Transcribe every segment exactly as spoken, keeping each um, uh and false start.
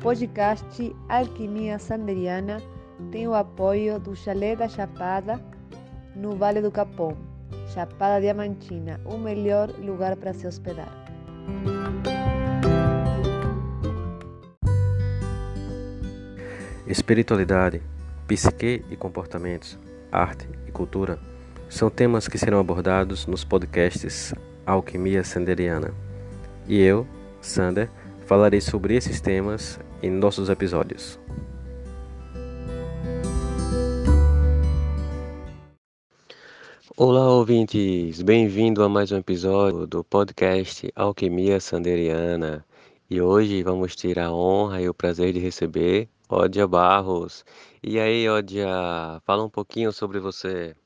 podcast Alquimia Sanderiana tem o apoio do Chalé da Chapada, no Vale do Capão, Chapada Diamantina, o melhor lugar para se hospedar. Espiritualidade, psique e comportamentos, arte e cultura são temas que serão abordados nos podcasts Alquimia Sanderiana. E eu, Sander, falarei sobre esses temas em nossos episódios. Olá, ouvintes! Bem-vindo a mais um episódio do podcast Alquimia Sanderiana. E hoje vamos ter a honra e o prazer de receber Ódia Barros. E aí, Ódia, fala um pouquinho sobre você.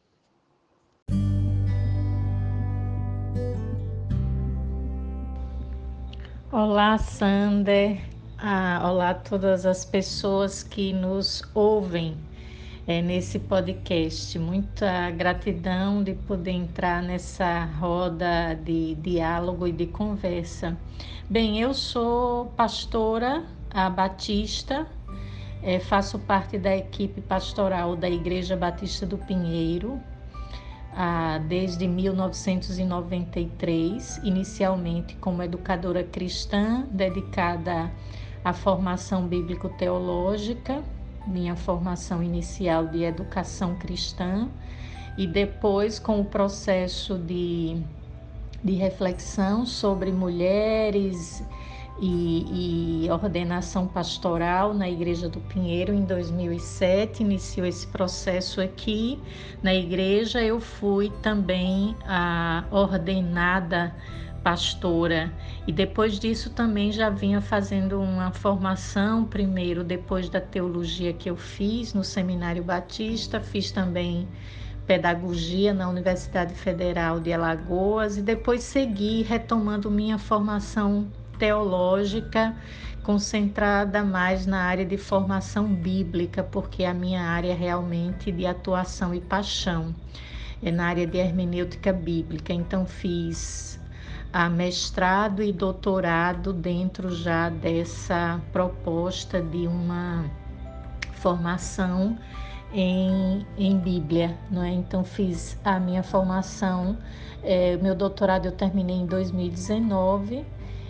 Olá, Sander. Ah, olá a todas as pessoas que nos ouvem é, nesse podcast. Muita gratidão de poder entrar nessa roda de diálogo e de conversa. Bem, eu sou pastora a batista, é, faço parte da equipe pastoral da Igreja Batista do Pinheiro, Ah, desde mil novecentos e noventa e três, inicialmente como educadora cristã, dedicada à formação bíblico-teológica, minha formação inicial de educação cristã, e depois com o processo de, de reflexão sobre mulheres e, e ordenação pastoral na Igreja do Pinheiro em dois mil e sete, iniciou esse processo aqui na igreja. Eu fui também a ordenada pastora e depois disso também já vinha fazendo uma formação, primeiro depois da teologia que eu fiz no Seminário Batista, fiz também pedagogia na Universidade Federal de Alagoas e depois segui retomando minha formação teológica, concentrada mais na área de formação bíblica, porque a minha área realmente de atuação e paixão é na área de hermenêutica bíblica. Então fiz a mestrado e doutorado dentro já dessa proposta de uma formação em, em Bíblia, não é? Então fiz a minha formação, é, meu doutorado eu terminei em dois mil e dezenove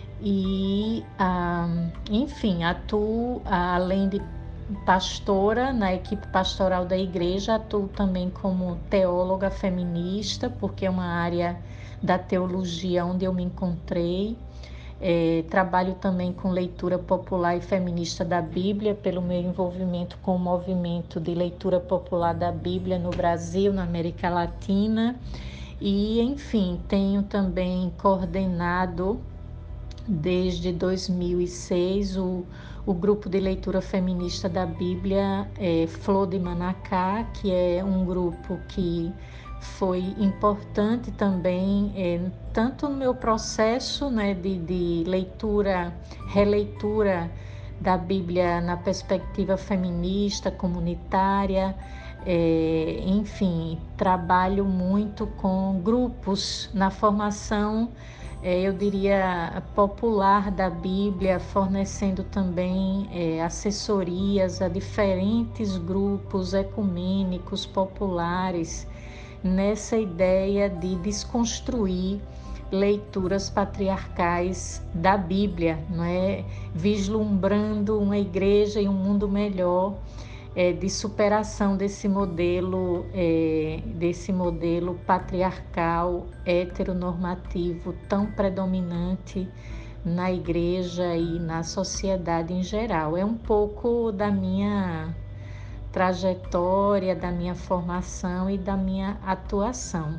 e, ah, enfim, atuo além de pastora na equipe pastoral da igreja, atuo também como teóloga feminista, porque é uma área da teologia onde eu me encontrei. É, trabalho também com leitura popular e feminista da Bíblia, pelo meu envolvimento com o movimento de leitura popular da Bíblia no Brasil, na América Latina. E, enfim, tenho também coordenado desde dois mil e seis o, o grupo de leitura feminista da Bíblia, é, Flor de Manacá, que é um grupo que foi importante também, é, tanto no meu processo, né, de, de leitura, releitura da Bíblia na perspectiva feminista, comunitária, é, enfim, trabalho muito com grupos na formação, é, eu diria, popular da Bíblia, fornecendo também é, assessorias a diferentes grupos ecumênicos populares, nessa ideia de desconstruir leituras patriarcais da Bíblia, não é? Vislumbrando uma igreja e um mundo melhor, é, de superação desse modelo, é, desse modelo patriarcal, heteronormativo, tão predominante na igreja e na sociedade em geral. É um pouco da minha trajetória, da minha formação e da minha atuação.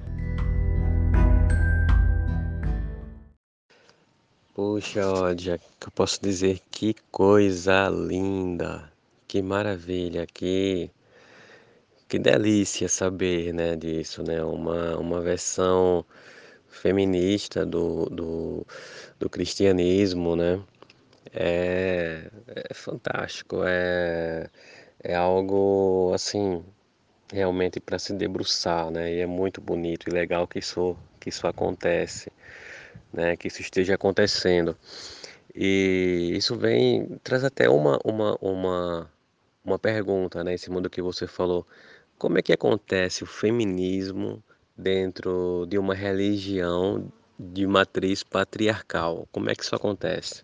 Puxa, Ódia, que eu posso dizer que coisa linda, que maravilha, que, que delícia saber, né, disso, né, uma, uma versão feminista do, do, do cristianismo, né, é, é fantástico, é, é algo, assim, realmente para se debruçar, né, e é muito bonito e legal que isso, que isso acontece, né, que isso esteja acontecendo. E isso vem traz até uma uma uma uma pergunta, né, em cima do que você falou. Como é que acontece o feminismo dentro de uma religião de matriz patriarcal? Como é que isso acontece?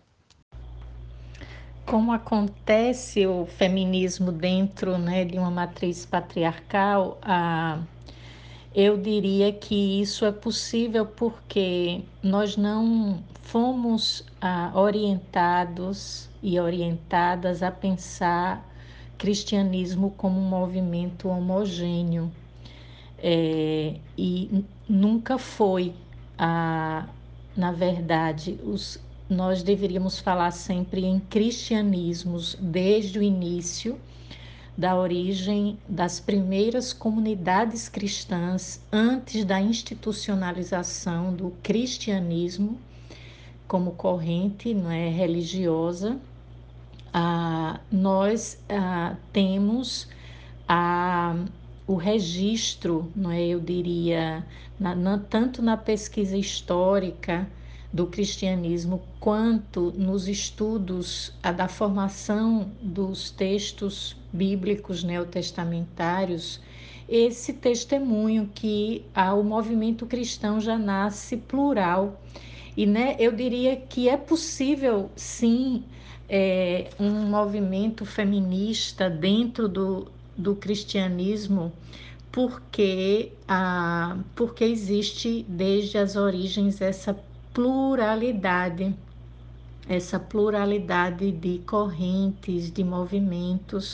Como acontece o feminismo dentro, né, de uma matriz patriarcal, ah, eu diria que isso é possível porque nós não fomos ah, orientados e orientadas a pensar cristianismo como um movimento homogêneo. É, e nunca foi, a, na verdade, os, nós deveríamos falar sempre em cristianismos desde o início da origem das primeiras comunidades cristãs, antes da institucionalização do cristianismo como corrente, não é, religiosa. Ah, nós ah, temos a, o registro, não é, eu diria, na, na, tanto na pesquisa histórica do cristianismo, quanto nos estudos a, da formação dos textos bíblicos neotestamentários, esse testemunho que ah, o movimento cristão já nasce plural. E né, eu diria que é possível, sim, é, um movimento feminista dentro do, do cristianismo, porque, a, porque existe desde as origens essa pluralidade, essa pluralidade de correntes, de movimentos,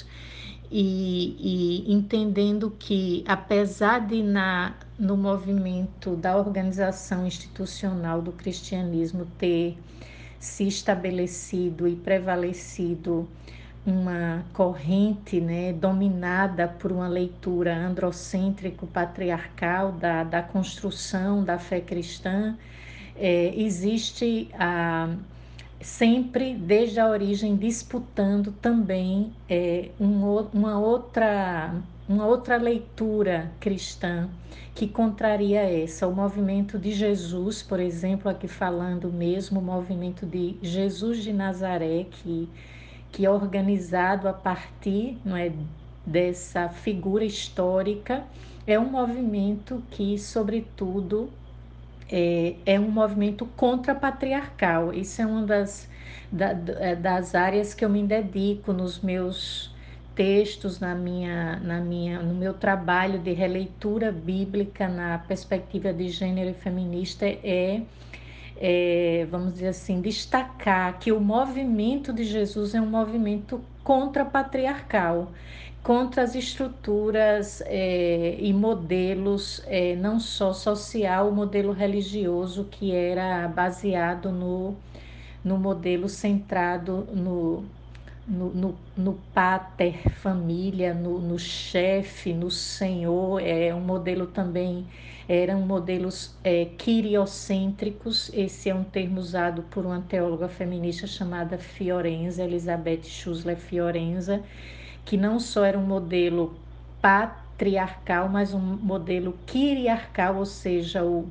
e, e entendendo que, apesar de na, no movimento da organização institucional do cristianismo ter se estabelecido e prevalecido uma corrente, né, dominada por uma leitura androcêntrico-patriarcal da, da construção da fé cristã, é, existe a, sempre, desde a origem, disputando também é, um, uma, outra, uma outra leitura cristã que contraria essa. O movimento de Jesus, por exemplo, aqui falando mesmo, o movimento de Jesus de Nazaré, que que é organizado a partir, não é, dessa figura histórica, é um movimento que, sobretudo, é, é um movimento contra-patriarcal. Isso é uma das, da, das áreas que eu me dedico nos meus textos, na minha, na minha, no meu trabalho de releitura bíblica na perspectiva de gênero e feminista, é é, vamos dizer assim, destacar que o movimento de Jesus é um movimento contra-patriarcal, contra as estruturas é, e modelos, é, não só social, o modelo religioso que era baseado no, no modelo centrado no, no, no, no pater família, no, no chefe, no senhor. É um modelo também, eram modelos é, quiriocêntricos. Esse é um termo usado por uma teóloga feminista chamada Fiorenza, Elizabeth Schussler Fiorenza, que não só era um modelo patriarcal, mas um modelo quiriarcal, ou seja, o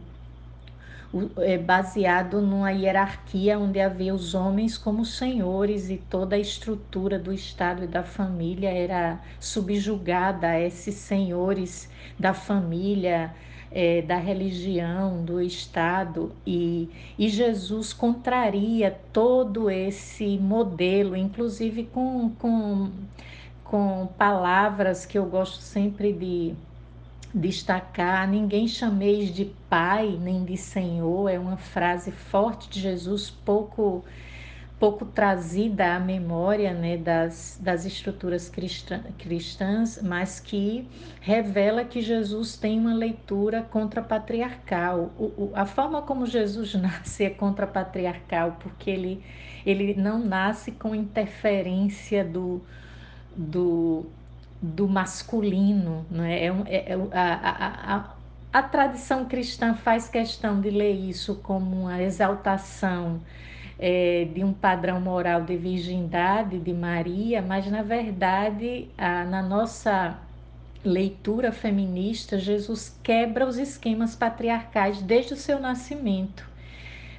é baseado numa hierarquia onde havia os homens como senhores e toda a estrutura do Estado e da família era subjugada a esses senhores da família, é, da religião, do Estado, e, e Jesus contraria todo esse modelo, inclusive com, com, com palavras que eu gosto sempre de destacar: ninguém chameis de pai nem de senhor. É uma frase forte de Jesus, pouco pouco trazida à memória, né, das, das estruturas cristã, cristãs, mas que revela que Jesus tem uma leitura contrapatriarcal. O, o, a forma como Jesus nasce é contrapatriarcal, porque ele, ele não nasce com interferência do, do, do masculino, não é? É, é, é a, a, a, a tradição cristã faz questão de ler isso como uma exaltação é, de um padrão moral de virgindade de Maria, mas na verdade, a, na nossa leitura feminista, Jesus quebra os esquemas patriarcais desde o seu nascimento.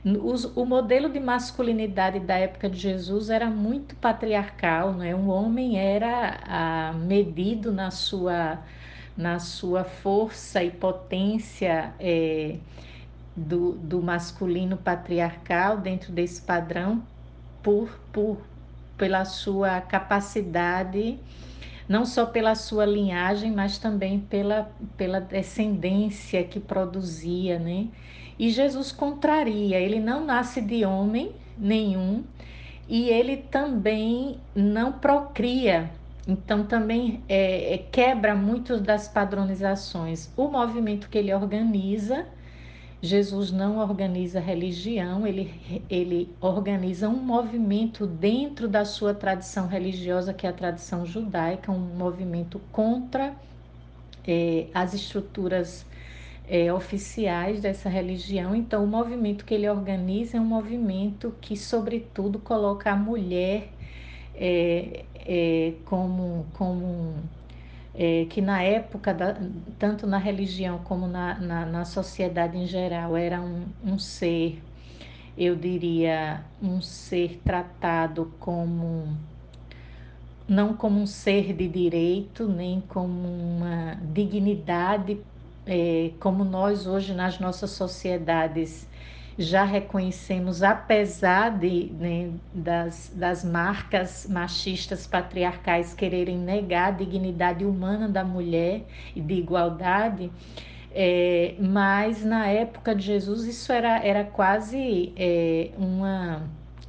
Os, o modelo de masculinidade da época de Jesus era muito patriarcal, né? Um homem era ah, medido na sua, na sua força e potência é, do, do masculino patriarcal dentro desse padrão por, por, pela sua capacidade, não só pela sua linhagem, mas também pela, pela descendência que produzia, né? E Jesus contraria, ele não nasce de homem nenhum e ele também não procria. Então também é, é, quebra muitas das padronizações. O movimento que ele organiza, Jesus não organiza religião, ele, ele organiza um movimento dentro da sua tradição religiosa, que é a tradição judaica, um movimento contra é, as estruturas é, oficiais dessa religião. Então, o movimento que ele organiza é um movimento que, sobretudo, coloca a mulher é, é, como, como é, que na época, da, tanto na religião como na, na, na sociedade em geral, era um, um ser, eu diria, um ser tratado como não como um ser de direito, nem como uma dignidade, é, como nós hoje nas nossas sociedades já reconhecemos, apesar de, né, das, das marcas machistas patriarcais quererem negar a dignidade humana da mulher e de igualdade, é, mas na época de Jesus isso era, era quase é, uma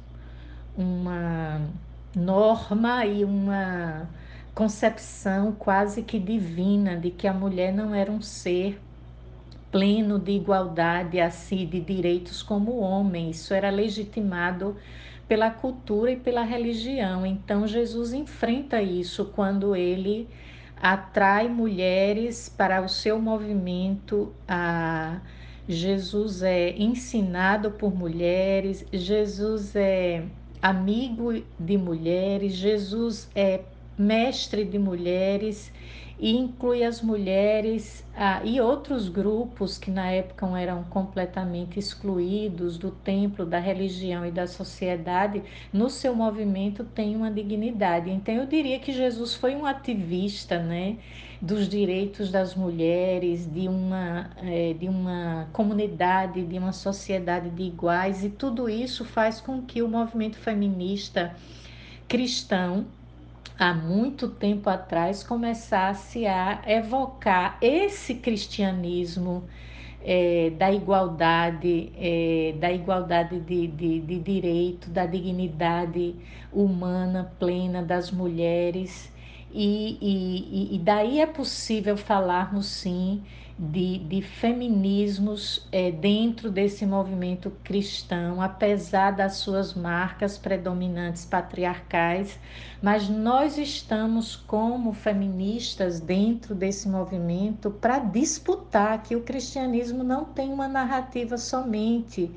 uma norma e uma concepção quase que divina de que a mulher não era um ser pleno de igualdade, assim, de direitos como o homem. Isso era legitimado pela cultura e pela religião. Então Jesus enfrenta isso quando ele atrai mulheres para o seu movimento. A Jesus é ensinado por mulheres, Jesus é amigo de mulheres, Jesus é mestre de mulheres e inclui as mulheres ah, e outros grupos que na época eram completamente excluídos do templo, da religião e da sociedade, no seu movimento tem uma dignidade. Então eu diria que Jesus foi um ativista, né, dos direitos das mulheres, de uma, é, de uma comunidade, de uma sociedade de iguais, e tudo isso faz com que o movimento feminista cristão há muito tempo atrás começasse a evocar esse cristianismo é, da igualdade, é, da igualdade de, de, de direito, da dignidade humana plena das mulheres. E, e, e daí é possível falarmos sim de, de feminismos é, dentro desse movimento cristão, apesar das suas marcas predominantes patriarcais, mas nós estamos como feministas dentro desse movimento para disputar que o cristianismo não tem uma narrativa somente.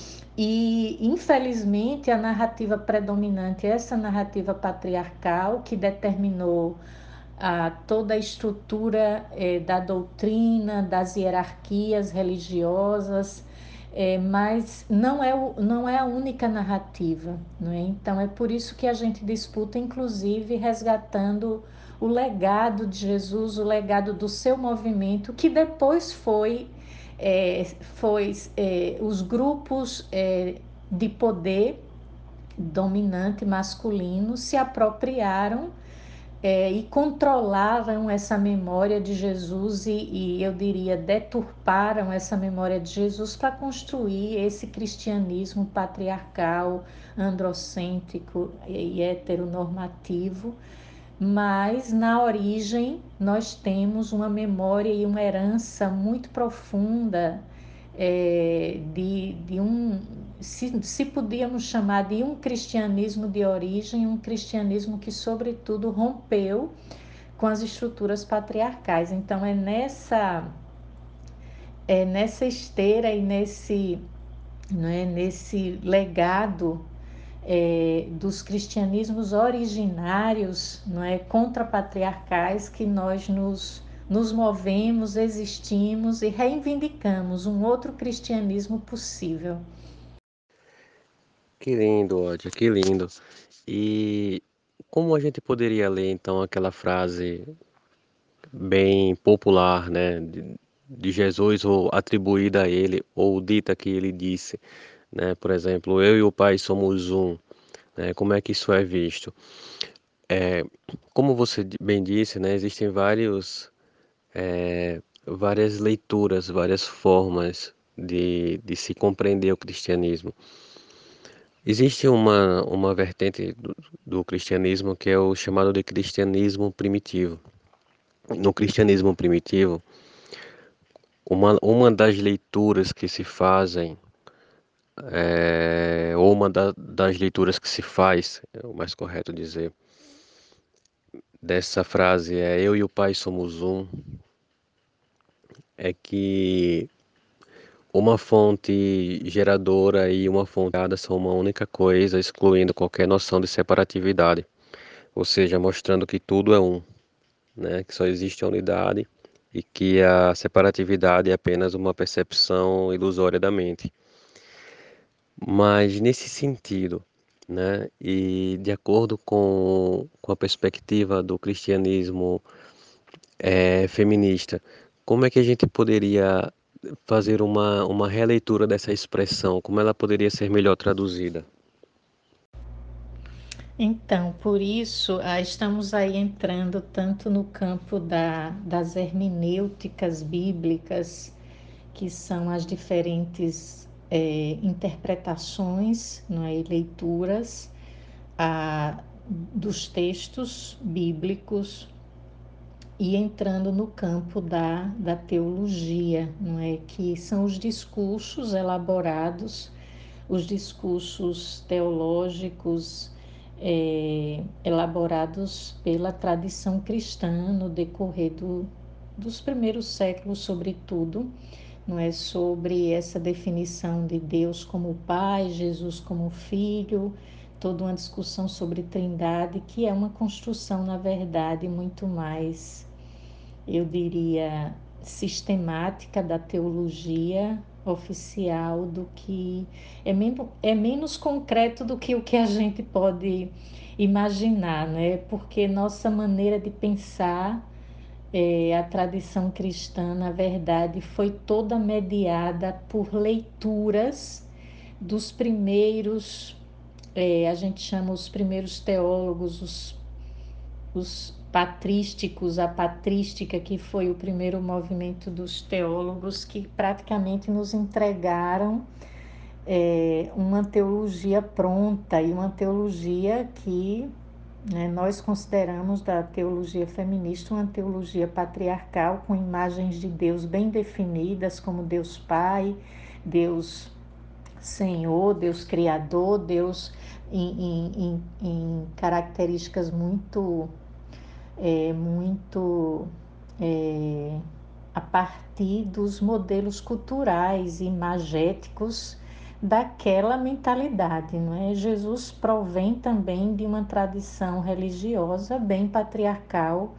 E, infelizmente, a narrativa predominante é essa narrativa patriarcal que determinou a, toda a estrutura eh, da doutrina, das hierarquias religiosas, eh, mas não é, o, não é a única narrativa, não é? Então, é por isso que a gente disputa, inclusive, resgatando o legado de Jesus, o legado do seu movimento, que depois foi é, foi é, os grupos é, de poder dominante masculino se apropriaram é, e controlaram essa memória de Jesus e, e eu diria deturparam essa memória de Jesus para construir esse cristianismo patriarcal, androcêntrico e heteronormativo. Mas na origem nós temos uma memória e uma herança muito profunda é, de, de um, se, se podíamos chamar de um cristianismo de origem, um cristianismo que sobretudo rompeu com as estruturas patriarcais. Então é nessa, é nessa esteira e nesse, né, nesse legado é, dos cristianismos originários, não é, contrapatriarcais, que nós nos, nos movemos, existimos e reivindicamos um outro cristianismo possível. Que lindo, Ódia, que lindo. E como a gente poderia ler então aquela frase bem popular, né, de, de Jesus ou atribuída a ele ou dita que ele disse, né? Por exemplo, eu e o Pai somos um, né? Como é que isso é visto? É, como você di- bem disse, né, existem vários, é, várias leituras, várias formas de, de se compreender o cristianismo. Existe uma, uma vertente do, do cristianismo que é o chamado de cristianismo primitivo. No cristianismo primitivo, uma, uma das leituras que se fazem, é, ou uma da- das leituras que se faz, é o mais correto dizer, dessa frase é eu e o Pai somos um, é que uma fonte geradora e uma fonte gerada são uma única coisa, excluindo qualquer noção de separatividade, ou seja, mostrando que tudo é um, né? Que só existe a unidade e que a separatividade é apenas uma percepção ilusória da mente. Mas nesse sentido, né? E de acordo com, com a perspectiva do cristianismo é, feminista, como é que a gente poderia fazer uma, uma releitura dessa expressão? Como ela poderia ser melhor traduzida? Então, por isso, ah, estamos aí entrando tanto no campo da, das hermenêuticas bíblicas, que são as diferentes é, interpretações, não é, e leituras a, dos textos bíblicos, e entrando no campo da, da teologia, não é, que são os discursos elaborados, os discursos teológicos é, elaborados pela tradição cristã no decorrer do, dos primeiros séculos, sobretudo, não é, sobre essa definição de Deus como Pai, Jesus como Filho, toda uma discussão sobre Trindade, que é uma construção, na verdade, muito mais, eu diria, sistemática da teologia oficial do que é menos, é menos concreto do que o que a gente pode imaginar, né? Porque nossa maneira de pensar, é, a tradição cristã, na verdade, foi toda mediada por leituras dos primeiros, é, a gente chama os primeiros teólogos, os os patrísticos, a patrística, que foi o primeiro movimento dos teólogos que praticamente nos entregaram é, uma teologia pronta e uma teologia que, né, nós consideramos da teologia feminista uma teologia patriarcal com imagens de Deus bem definidas, como Deus Pai, Deus Senhor, Deus Criador, Deus em, em, em, em características muito é, muito é, a partir dos modelos culturais e imagéticos daquela mentalidade, não é? Jesus provém também de uma tradição religiosa bem patriarcal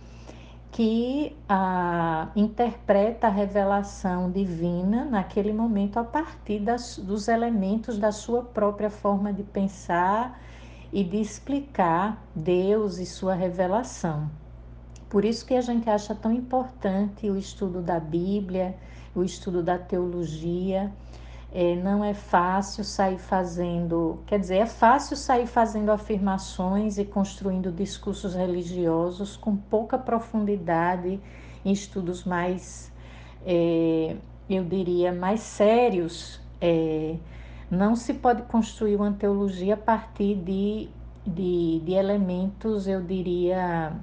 que a, interpreta a revelação divina naquele momento a partir das, dos elementos da sua própria forma de pensar e de explicar Deus e sua revelação. Por isso que a gente acha tão importante o estudo da Bíblia, o estudo da teologia. É, não é fácil sair fazendo, quer dizer, é fácil sair fazendo afirmações e construindo discursos religiosos com pouca profundidade, em estudos mais, é, eu diria, mais sérios. É, não se pode construir uma teologia a partir de, de, de elementos, eu diria,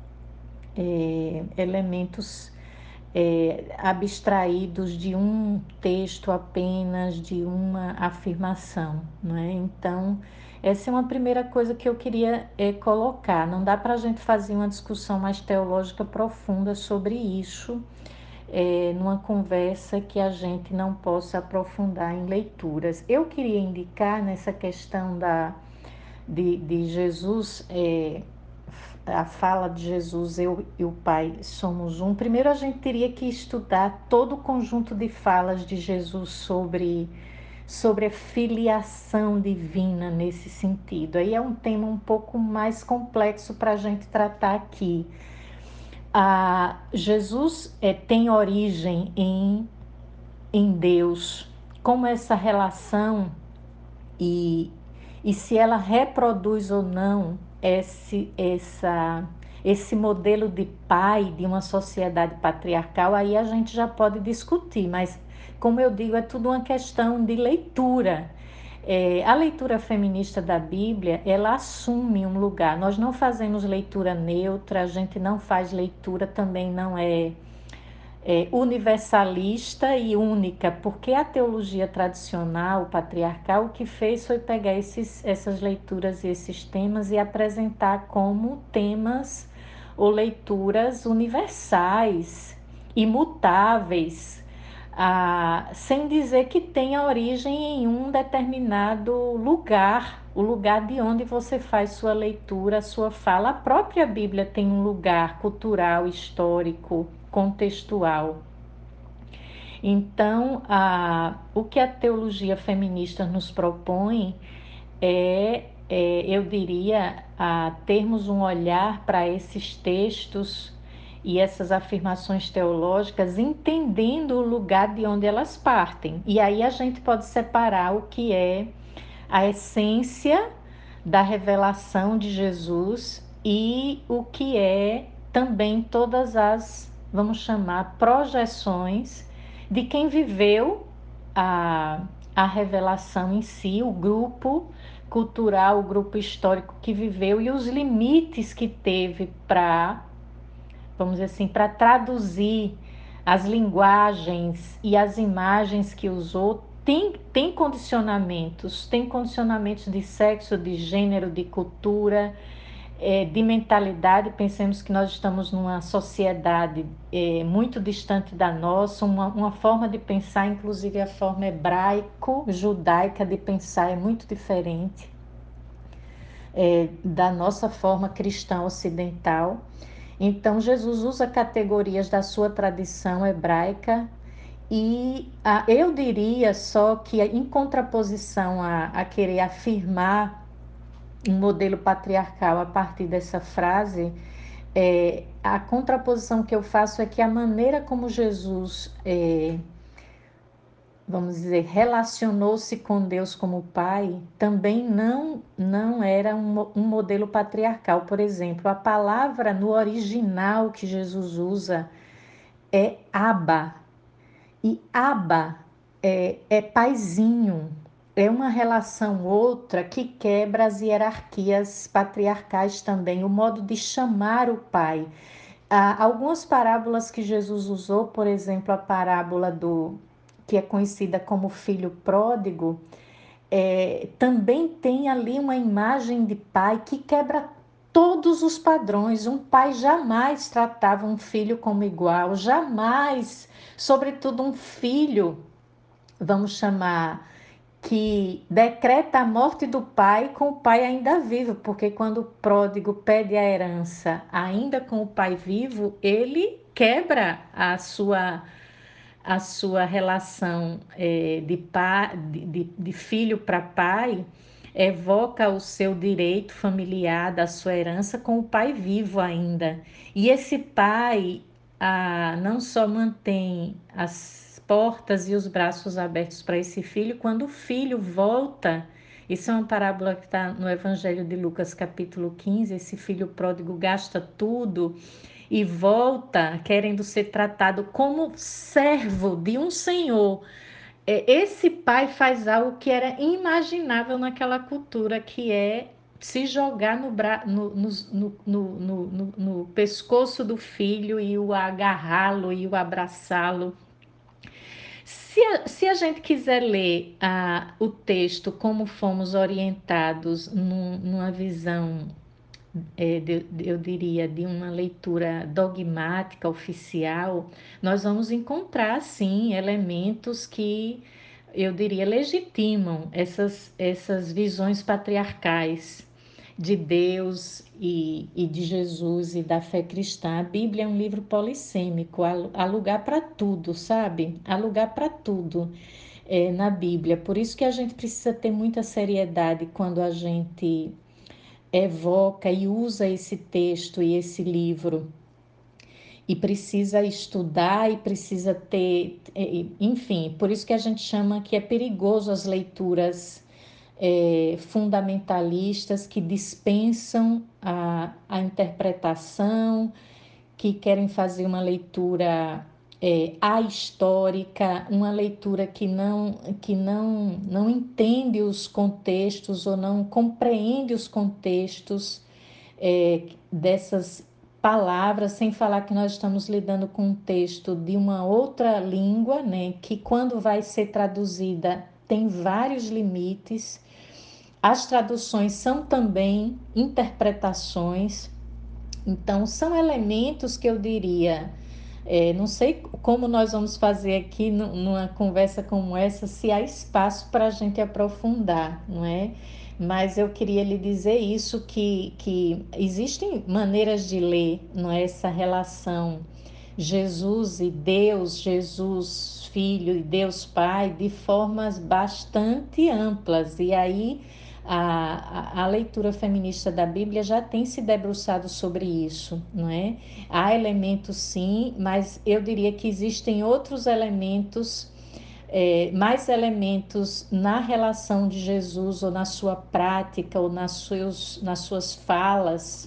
é, elementos é, abstraídos de um texto apenas, de uma afirmação, não é? Então, essa é uma primeira coisa que eu queria é, colocar. Não dá para a gente fazer uma discussão mais teológica profunda sobre isso, é, numa conversa que a gente não possa aprofundar em leituras. Eu queria indicar nessa questão da, de, de Jesus, é, a fala de Jesus, eu e o Pai somos um. Primeiro a gente teria que estudar todo o conjunto de falas de Jesus sobre, sobre a filiação divina nesse sentido. Aí é um tema um pouco mais complexo para a gente tratar aqui. Ah, Jesus é, tem origem em, em Deus. Como essa relação e, e se ela reproduz ou não esse, essa, esse modelo de pai de uma sociedade patriarcal, aí a gente já pode discutir, mas como eu digo, é tudo uma questão de leitura. É, a leitura feminista da Bíblia, ela assume um lugar. Nós não fazemos leitura neutra, a gente não faz leitura, também não é, é universalista e única, porque a teologia tradicional, patriarcal, o que fez foi pegar esses, essas leituras e esses temas e apresentar como temas ou leituras universais, imutáveis, ah, sem dizer que tenha origem em um determinado lugar, o lugar de onde você faz sua leitura, sua fala. A própria Bíblia tem um lugar cultural, histórico, contextual. Então, a, o que a teologia feminista nos propõe é, é eu diria, a termos um olhar para esses textos e essas afirmações teológicas, entendendo o lugar de onde elas partem. E aí a gente pode separar o que é a essência da revelação de Jesus e o que é também todas as, vamos chamar, projeções de quem viveu a, a revelação em si, o grupo cultural, o grupo histórico que viveu e os limites que teve para, vamos dizer assim, para traduzir as linguagens e as imagens que usou. Tem, tem condicionamentos, tem condicionamentos de sexo, de gênero, de cultura, é, de mentalidade. Pensemos que nós estamos numa sociedade é, muito distante da nossa, uma, uma forma de pensar, inclusive a forma hebraico-judaica de pensar é muito diferente é, da nossa forma cristã ocidental. Então, Jesus usa categorias da sua tradição hebraica e ah, eu diria só que, em contraposição a, a querer afirmar um modelo patriarcal a partir dessa frase, é, a contraposição que eu faço é que a maneira como Jesus, é, vamos dizer, relacionou-se com Deus como Pai, também não, não era um, um modelo patriarcal. Por exemplo, a palavra no original que Jesus usa é Abba, e Abba é, é paizinho, é uma relação outra que quebra as hierarquias patriarcais também, o modo de chamar o pai. Há algumas parábolas que Jesus usou, por exemplo, a parábola do que é conhecida como filho pródigo, é, também tem ali uma imagem de pai que quebra todos os padrões. Um pai jamais tratava um filho como igual, jamais, sobretudo um filho, vamos chamar, que decreta a morte do pai com o pai ainda vivo, porque quando o pródigo pede a herança ainda com o pai vivo, ele quebra a sua a sua relação é, de, pai, de, de, de filho para pai, evoca o seu direito familiar da sua herança com o pai vivo ainda. E esse pai ah, não só mantém as portas e os braços abertos para esse filho, quando o filho volta. Isso é uma parábola que está no Evangelho de Lucas, capítulo quinze. Esse filho pródigo gasta tudo e volta querendo ser tratado como servo de um senhor. Esse pai faz algo que era inimaginável naquela cultura, que é se jogar no, bra... no, no, no, no, no, no pescoço do filho e o agarrá-lo e o abraçá-lo. Se a, se a gente quiser ler ah, o texto como fomos orientados num, numa visão, é, de, eu diria, de uma leitura dogmática, oficial, nós vamos encontrar, sim, elementos que, eu diria, legitimam essas, essas visões patriarcais de Deus e, e de Jesus e da fé cristã. A Bíblia é um livro polissêmico, há lugar para tudo, sabe? Há lugar para tudo. é, na Bíblia. Por isso que a gente precisa ter muita seriedade quando a gente evoca e usa esse texto e esse livro. E precisa estudar e precisa ter, enfim, por isso que a gente chama que é perigoso as leituras é, fundamentalistas que dispensam a, a interpretação, que querem fazer uma leitura é, ahistórica, uma leitura que não, que não, não entende os contextos ou não compreende os contextos é, dessas palavras, sem falar que nós estamos lidando com um texto de uma outra língua, né, que quando vai ser traduzida tem vários limites. As traduções são também interpretações, então são elementos que eu diria, é, não sei como nós vamos fazer aqui numa conversa como essa, se há espaço para a gente aprofundar, não é? Mas eu queria lhe dizer isso, que, que existem maneiras de ler, não é? Essa relação Jesus e Deus, Jesus Filho e Deus Pai, de formas bastante amplas. E aí a, a, a leitura feminista da Bíblia já tem se debruçado sobre isso, não é? Há elementos sim, mas eu diria que existem outros elementos, é, mais elementos na relação de Jesus ou na sua prática ou nas, seus, nas suas falas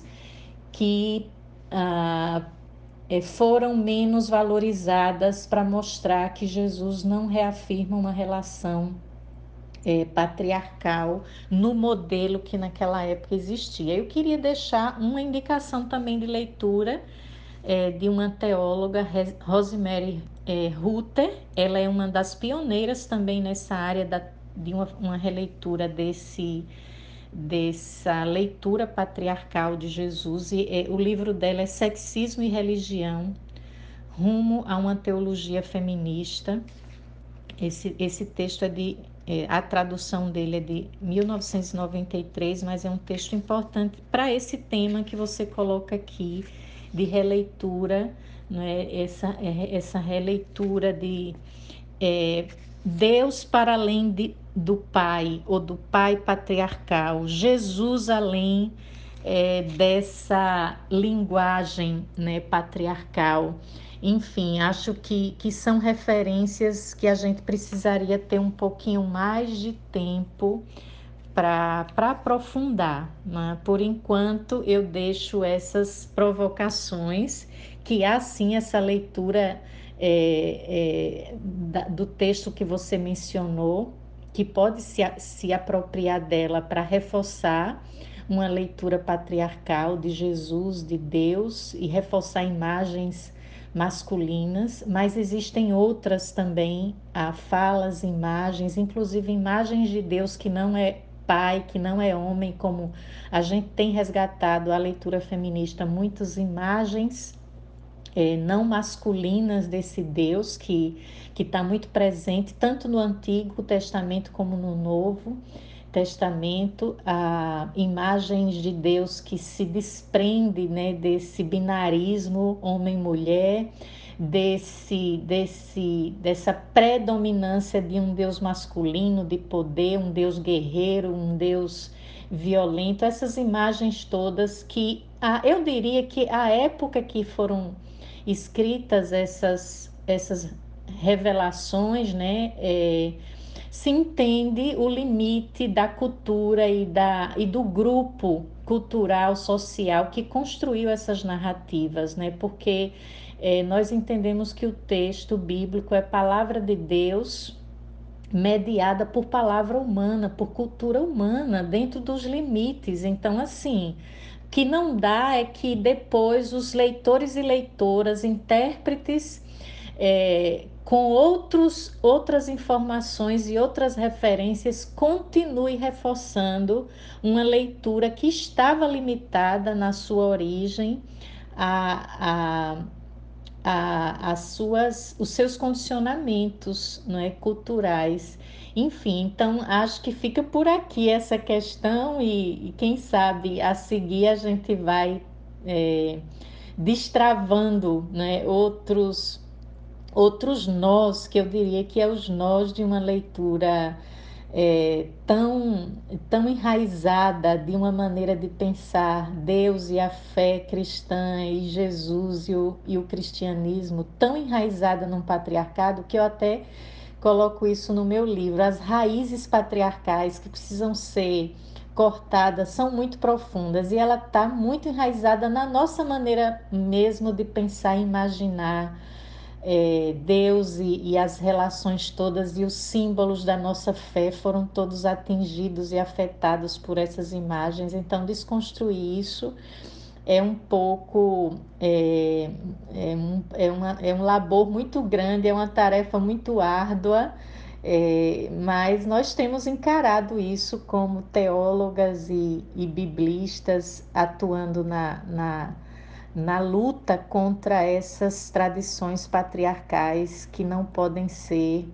que ah, é, foram menos valorizadas para mostrar que Jesus não reafirma uma relação é, patriarcal no modelo que naquela época existia. Eu queria deixar uma indicação também de leitura é, de uma teóloga, Rosemary é, Rutter. Ela é uma das pioneiras também nessa área da, de uma, uma releitura desse dessa leitura patriarcal de Jesus, e é, o livro dela é Sexismo e Religião, rumo a uma teologia feminista. Esse, esse texto é de, é, a tradução dele é de mil novecentos e noventa e três, mas é um texto importante para esse tema que você coloca aqui, de releitura, né? essa, é, essa releitura de é, Deus para além de, do Pai, ou do Pai patriarcal, Jesus além é, dessa linguagem, né, patriarcal. Enfim, acho que, que são referências que a gente precisaria ter um pouquinho mais de tempo para aprofundar, né? Por enquanto, eu deixo essas provocações, que há sim essa leitura é, é, da, do texto que você mencionou, que pode se, se apropriar dela para reforçar uma leitura patriarcal de Jesus, de Deus, e reforçar imagens masculinas, mas existem outras também, há falas, imagens, inclusive imagens de Deus que não é pai, que não é homem, como a gente tem resgatado a leitura feminista, muitas imagens é, não masculinas desse Deus que que está muito presente tanto no Antigo Testamento como no Novo Testamento, a imagens de Deus que se desprende, né, desse binarismo homem-mulher, desse, desse, dessa predominância de um Deus masculino, de poder, um Deus guerreiro, um Deus violento, essas imagens todas que, ah, eu diria que a época que foram escritas essas, essas revelações, né, é, se entende o limite da cultura e, da, e do grupo cultural, social que construiu essas narrativas, né? Porque é, nós entendemos que o texto bíblico é palavra de Deus mediada por palavra humana, por cultura humana, dentro dos limites. Então, assim, o que não dá é que depois os leitores e leitoras, intérpretes, é, com outros, outras informações e outras referências, continue reforçando uma leitura que estava limitada na sua origem a, a a, as suas, os seus condicionamentos, não é, culturais. Enfim, então acho que fica por aqui essa questão e, e quem sabe a seguir a gente vai é, destravando, né, outros outros nós, que eu diria que é os nós de uma leitura é, tão, tão enraizada de uma maneira de pensar Deus e a fé cristã e Jesus e o, e o cristianismo, tão enraizada num patriarcado que eu até coloco isso no meu livro. As raízes patriarcais que precisam ser cortadas são muito profundas e ela está muito enraizada na nossa maneira mesmo de pensar e imaginar é, Deus e, e as relações todas e os símbolos da nossa fé foram todos atingidos e afetados por essas imagens. Então, desconstruir isso é um pouco, é, é, um, é, uma, é um labor muito grande, é uma tarefa muito árdua, é, mas nós temos encarado isso como teólogas e, e biblistas atuando na, na, na luta contra essas tradições patriarcais que não podem ser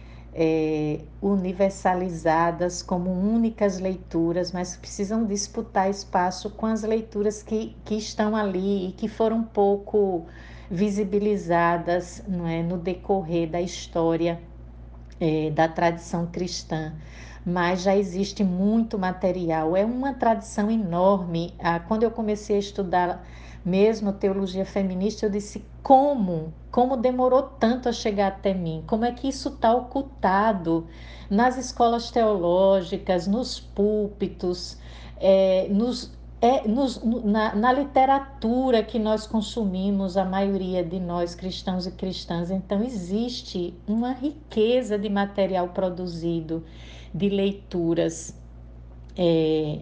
é, universalizadas como únicas leituras, mas precisam disputar espaço com as leituras que, que estão ali e que foram pouco visibilizadas, não é, no decorrer da história é, da tradição cristã. Mas já existe muito material, é uma tradição enorme. Ah, quando eu comecei a estudar mesmo teologia feminista, eu disse como, como demorou tanto a chegar até mim, como é que isso está ocultado nas escolas teológicas, nos púlpitos, é, nos, é, nos, na, na literatura que nós consumimos, a maioria de nós cristãos e cristãs. Então existe uma riqueza de material produzido, de leituras, é,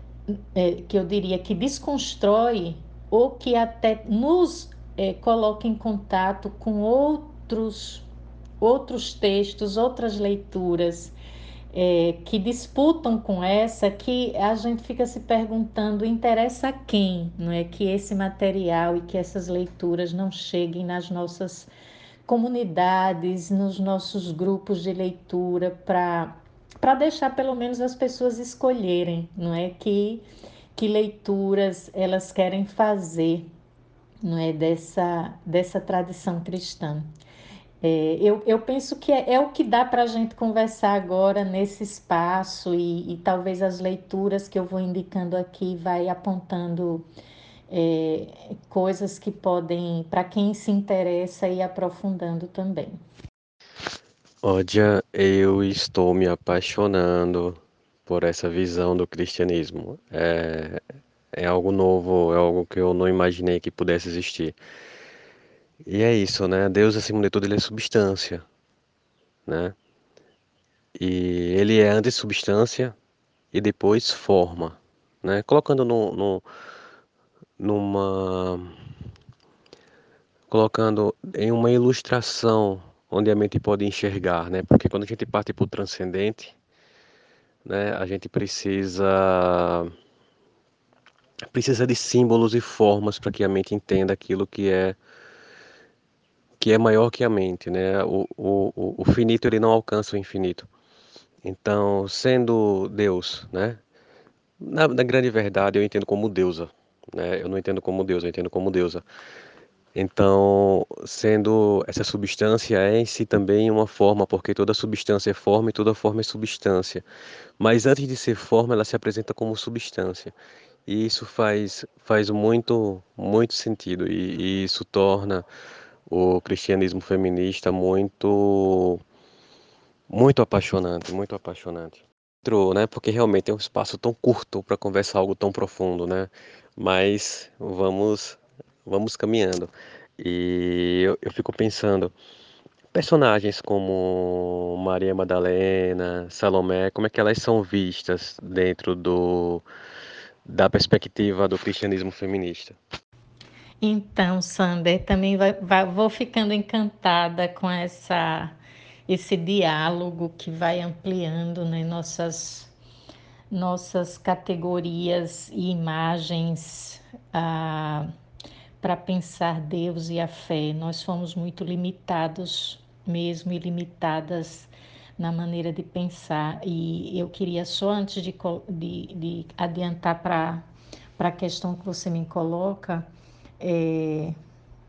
é, que eu diria que desconstrói ou que até nos é, coloca em contato com outros, outros textos, outras leituras é, que disputam com essa, que a gente fica se perguntando, interessa a quem, não é, que esse material e que essas leituras não cheguem nas nossas comunidades, nos nossos grupos de leitura, para para deixar pelo menos as pessoas escolherem, não é, que que leituras elas querem fazer, não é, dessa dessa tradição cristã. É, eu, eu penso que é, é o que dá para a gente conversar agora nesse espaço e, e talvez as leituras que eu vou indicando aqui vai apontando é, coisas que podem, para quem se interessa, ir aprofundando também. Olha, eu estou me apaixonando por essa visão do cristianismo. É, é algo novo, é algo que eu não imaginei que pudesse existir. E é isso, né? Deus, acima de tudo, ele é substância, né? E ele é antes substância e depois forma, né? Colocando no, no- numa, colocando em uma ilustração onde a mente pode enxergar, né? Porque quando a gente parte para o transcendente, né? A gente precisa precisa de símbolos e formas para que a mente entenda aquilo que é que é maior que a mente, né? O, o, o o finito ele não alcança o infinito. Então, sendo Deus, né? Na, na grande verdade, eu entendo como deusa, né? Eu não entendo como Deus, eu entendo como deusa. Então, sendo essa substância é em si também uma forma, porque toda substância é forma e toda forma é substância. Mas antes de ser forma, ela se apresenta como substância. E isso faz, faz muito, muito sentido. E, e isso torna o cristianismo feminista muito, muito apaixonante, muito apaixonante. Entrou, né? Porque realmente é um espaço tão curto para conversar algo tão profundo, né? Mas vamos, vamos caminhando. E eu, eu fico pensando, personagens como Maria Madalena, Salomé, como é que elas são vistas dentro do, da perspectiva do cristianismo feminista? Então, Sander, também vai, vai- vou ficando encantada com essa, esse diálogo que vai ampliando, né, nossas, nossas categorias e imagens ah, para pensar Deus e a fé. Nós fomos muito limitados mesmo e limitadas na maneira de pensar. E eu queria só antes de, de, de adiantar para para a questão que você me coloca, é,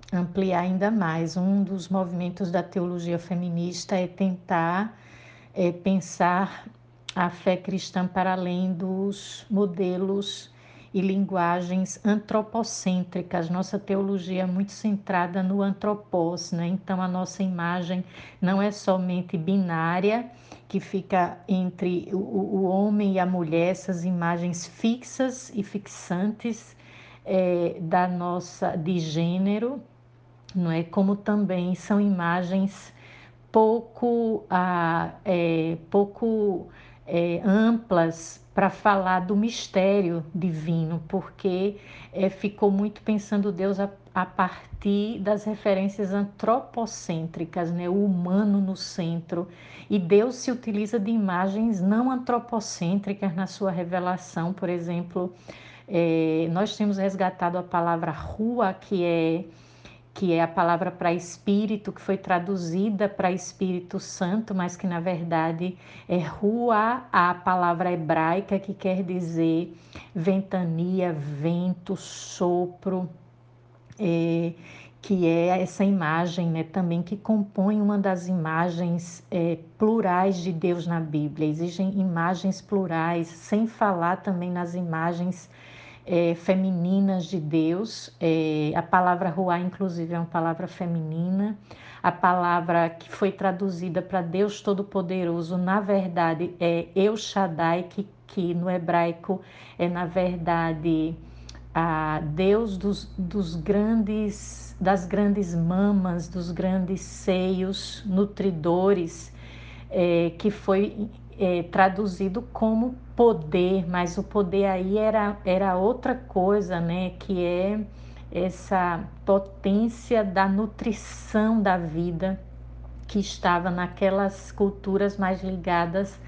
ampliar ainda mais. Um dos movimentos da teologia feminista é tentar é, pensar a fé cristã para além dos modelos e linguagens antropocêntricas. Nossa teologia é muito centrada no antropos, né? Então a nossa imagem não é somente binária, que fica entre o, o homem e a mulher, essas imagens fixas e fixantes é, da nossa de gênero, não é? Como também são imagens pouco, ah, é, pouco é, amplas para falar do mistério divino, porque é, ficou muito pensando Deus a, a partir das referências antropocêntricas, né? O humano no centro. E Deus se utiliza de imagens não antropocêntricas na sua revelação. Por exemplo, é, nós temos resgatado a palavra rua, que é que é a palavra para espírito, que foi traduzida para Espírito Santo, mas que na verdade é Ruá, a palavra hebraica que quer dizer ventania, vento, sopro, é, que é essa imagem, né, também que compõe uma das imagens é, plurais de Deus na Bíblia. Existem imagens plurais, sem falar também nas imagens é, femininas de Deus. É, a palavra Ruá, inclusive, é uma palavra feminina. A palavra que foi traduzida para Deus Todo-Poderoso, na verdade, é El Shaddai, que, que no hebraico é, na verdade, a Deus dos, dos grandes, das grandes mamas, dos grandes seios nutridores, é, que foi é, traduzido como poder, mas o poder aí era, era outra coisa, né? Que é essa potência da nutrição da vida que estava naquelas culturas mais ligadas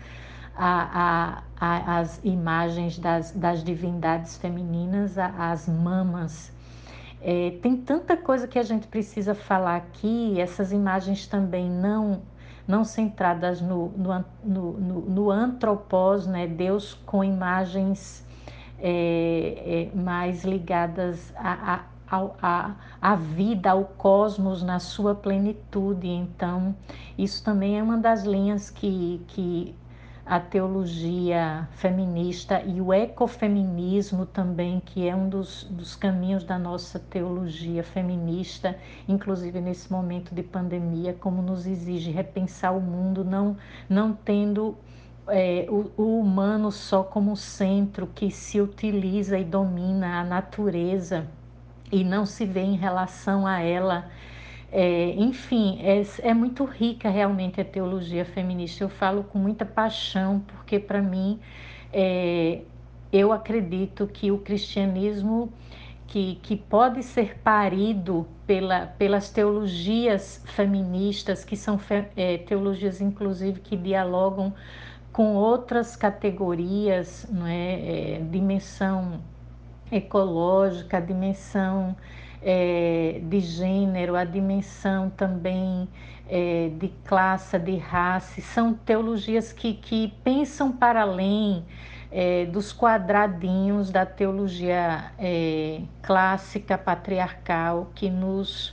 a, a, a, as imagens das, das divindades femininas, às mamas. É, tem tanta coisa que a gente precisa falar aqui, essas imagens também não não centradas no, no, no, no, no antropós, né? Deus com imagens é, é, mais ligadas a, a, a, a vida, ao cosmos na sua plenitude. Então, isso também é uma das linhas que, que a teologia feminista e o ecofeminismo também, que é um dos, dos caminhos da nossa teologia feminista, inclusive nesse momento de pandemia, como nos exige repensar o mundo, não, não tendo é, o, o humano só como centro que se utiliza e domina a natureza e não se vê em relação a ela. É, enfim, é, é muito rica realmente a teologia feminista. Eu falo com muita paixão, porque para mim, é, eu acredito que o cristianismo que, que pode ser parido pela, pelas teologias feministas, que são fe, é, teologias inclusive que dialogam com outras categorias, não é? É, dimensão ecológica, a dimensão é, de gênero, a dimensão também é, de classe, de raça, são teologias que, que pensam para além é, dos quadradinhos da teologia é, clássica, patriarcal, que nos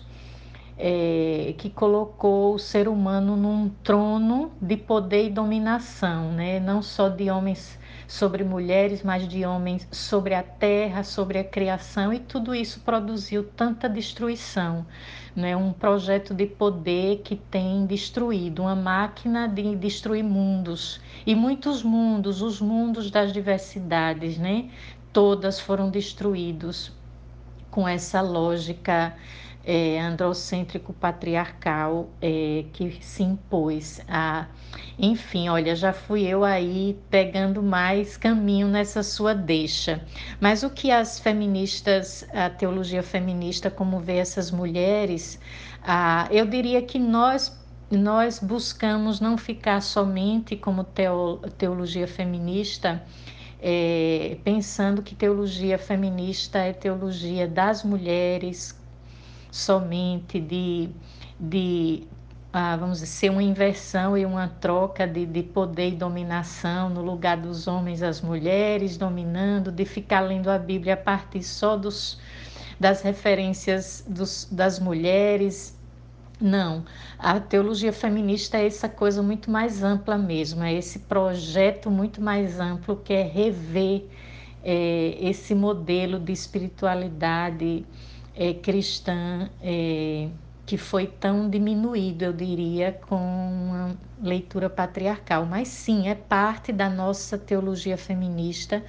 é, que colocou o ser humano num trono de poder e dominação, né? Não só de homens sobre mulheres, mas de homens sobre a terra, sobre a criação, e tudo isso produziu tanta destruição, né? Um projeto de poder que tem destruído, uma máquina de destruir mundos, e muitos mundos, os mundos das diversidades, né? Todas foram destruídos com essa lógica é, androcêntrico patriarcal é, que se impôs. A, enfim, olha, já fui eu aí pegando mais caminho nessa sua deixa. Mas o que as feministas, a teologia feminista, como vê essas mulheres, ah, eu diria que nós nós buscamos não ficar somente como teo, teologia feminista, é, pensando que teologia feminista é teologia das mulheres somente, de, de ah, vamos dizer, ser uma inversão e uma troca de, de poder e dominação no lugar dos homens, as mulheres dominando, de ficar lendo a Bíblia a partir só dos das referências dos, das mulheres. Não, a teologia feminista é essa coisa muito mais ampla mesmo, é esse projeto muito mais amplo que é rever é, esse modelo de espiritualidade é, cristã é, que foi tão diminuído, eu diria, com uma leitura patriarcal. Mas sim, é parte da nossa teologia feminista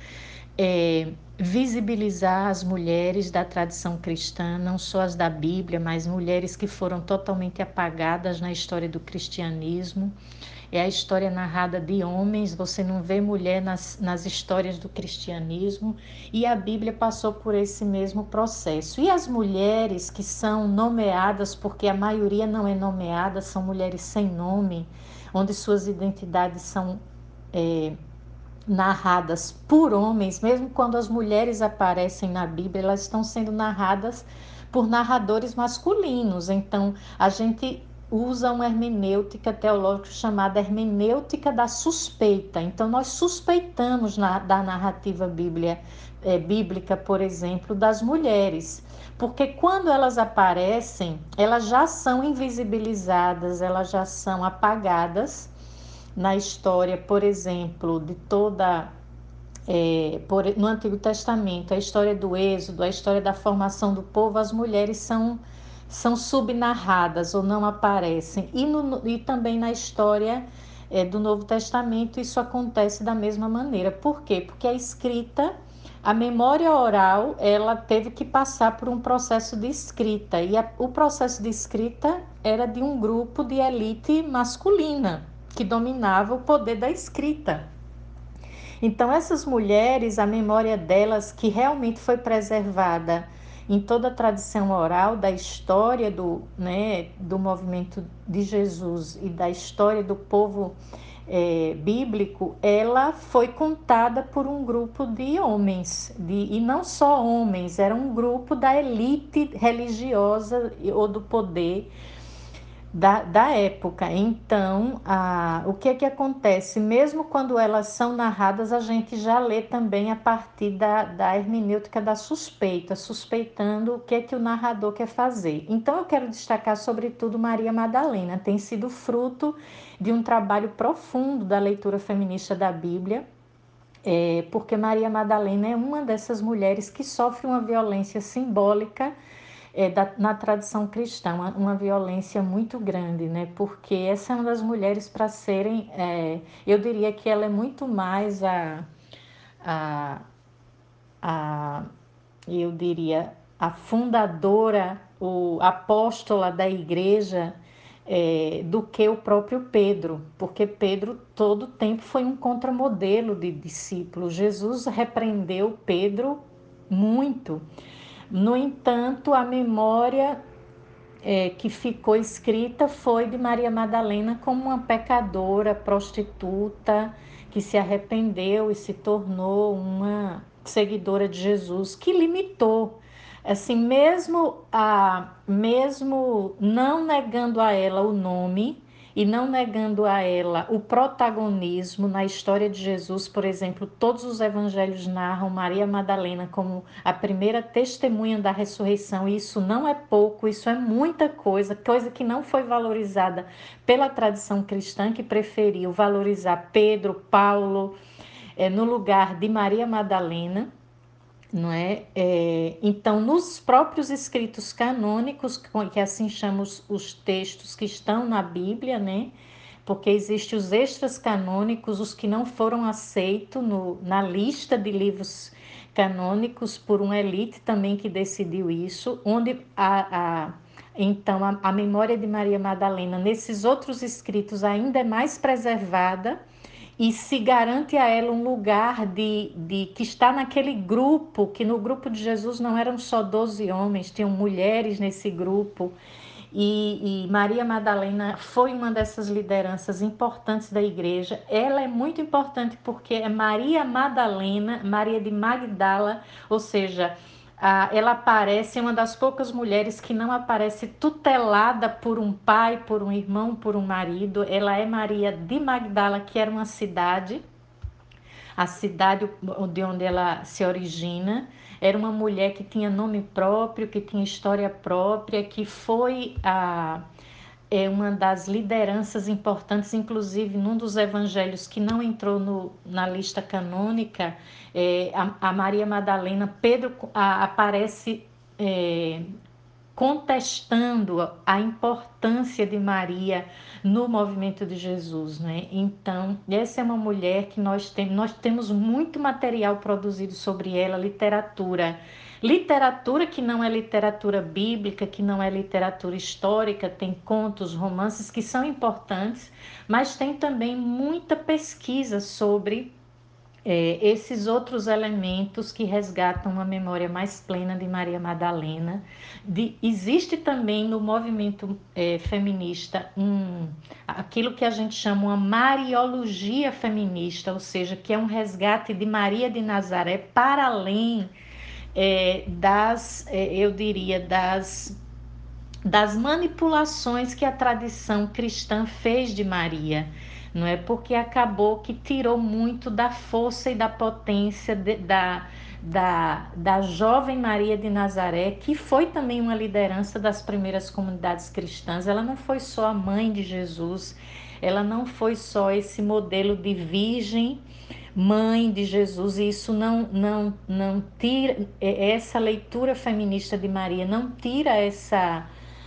é, visibilizar as mulheres da tradição cristã, não só as da Bíblia, mas mulheres que foram totalmente apagadas na história do cristianismo. É a história narrada de homens, você não vê mulher nas, nas histórias do cristianismo, e a Bíblia passou por esse mesmo processo. E as mulheres que são nomeadas, porque a maioria não é nomeada, são mulheres sem nome, onde suas identidades são é, narradas por homens, mesmo quando as mulheres aparecem na Bíblia, elas estão sendo narradas por narradores masculinos. Então, a gente usa uma hermenêutica teológica chamada hermenêutica da suspeita. Então, nós suspeitamos na, da narrativa bíblia, é, bíblica, por exemplo, das mulheres. Porque quando elas aparecem, elas já são invisibilizadas, elas já são apagadas na história, por exemplo, de toda é, por, no Antigo Testamento, a história do Êxodo, a história da formação do povo, as mulheres são, são subnarradas ou não aparecem. E, no, e também na história é, do Novo Testamento isso acontece da mesma maneira. Por quê? Porque a escrita, a memória oral, ela teve que passar por um processo de escrita. E a, o processo de escrita era de um grupo de elite masculina que dominava o poder da escrita. Então, essas mulheres, a memória delas, que realmente foi preservada em toda a tradição oral da história do, né, do movimento de Jesus e da história do povo é, bíblico, ela foi contada por um grupo de homens, de, e não só homens, era um grupo da elite religiosa ou do poder Da, da época. Então, a, o que é que acontece? Mesmo quando elas são narradas, a gente já lê também a partir da, da hermenêutica da suspeita, suspeitando o que é que o narrador quer fazer. Então, eu quero destacar, sobretudo, Maria Madalena. Tem sido fruto de um trabalho profundo da leitura feminista da Bíblia, é, porque Maria Madalena é uma dessas mulheres que sofre uma violência simbólica é, da, na tradição cristã, uma, uma violência muito grande, né? Porque essa é uma das mulheres para serem, é, eu diria que ela é muito mais a, a, a eu diria, a fundadora, o apóstola da igreja, é, do que o próprio Pedro, porque Pedro todo tempo foi um contramodelo de discípulo. Jesus repreendeu Pedro muito. No entanto, a memória é, que ficou escrita foi de Maria Madalena como uma pecadora, prostituta, que se arrependeu e se tornou uma seguidora de Jesus, que limitou, assim, mesmo, a, mesmo não negando a ela o nome e não negando a ela o protagonismo na história de Jesus. Por exemplo, todos os evangelhos narram Maria Madalena como a primeira testemunha da ressurreição, e isso não é pouco, isso é muita coisa, coisa que não foi valorizada pela tradição cristã, que preferiu valorizar Pedro, Paulo, é, no lugar de Maria Madalena. Não é? É, então, nos próprios escritos canônicos, que assim chamamos os textos que estão na Bíblia, né? Porque existem os extras canônicos, os que não foram aceitos no, na lista de livros canônicos por uma elite também que decidiu isso, onde a, a então a, a memória de Maria Madalena nesses outros escritos ainda é mais preservada e se garante a ela um lugar de, de que está naquele grupo, que no grupo de Jesus não eram só doze homens, tinham mulheres nesse grupo. E, e Maria Madalena foi uma dessas lideranças importantes da igreja. Ela é muito importante porque é Maria Madalena, Maria de Magdala, ou seja, ah, ela aparece, é uma das poucas mulheres que não aparece tutelada por um pai, por um irmão, por um marido. Ela é Maria de Magdala, que era uma cidade. a cidade de onde ela se origina. Era uma mulher que tinha nome próprio, que tinha história própria, que foi a, é, uma das lideranças importantes, inclusive num dos evangelhos que não entrou no, na lista canônica, é, a, a Maria Madalena, Pedro a, aparece é, contestando a importância de Maria no movimento de Jesus, né? Então, essa é uma mulher que nós temos, nós temos muito material produzido sobre ela, literatura. Literatura que não é literatura bíblica, que não é literatura histórica, tem contos, romances que são importantes, mas tem também muita pesquisa sobre é, esses outros elementos que resgatam uma memória mais plena de Maria Madalena. De, existe também no movimento é, feminista um, aquilo que a gente chama uma mariologia feminista, ou seja, que é um resgate de Maria de Nazaré para além é, das, é, eu diria, das das manipulações que a tradição cristã fez de Maria, não é? Porque acabou que tirou muito da força e da potência de, da, da, da jovem Maria de Nazaré, que foi também uma liderança das primeiras comunidades cristãs. Ela não foi só a mãe de Jesus, ela não foi só esse modelo de virgem mãe de Jesus, e isso não, não, não tira, essa leitura feminista de Maria não tira essa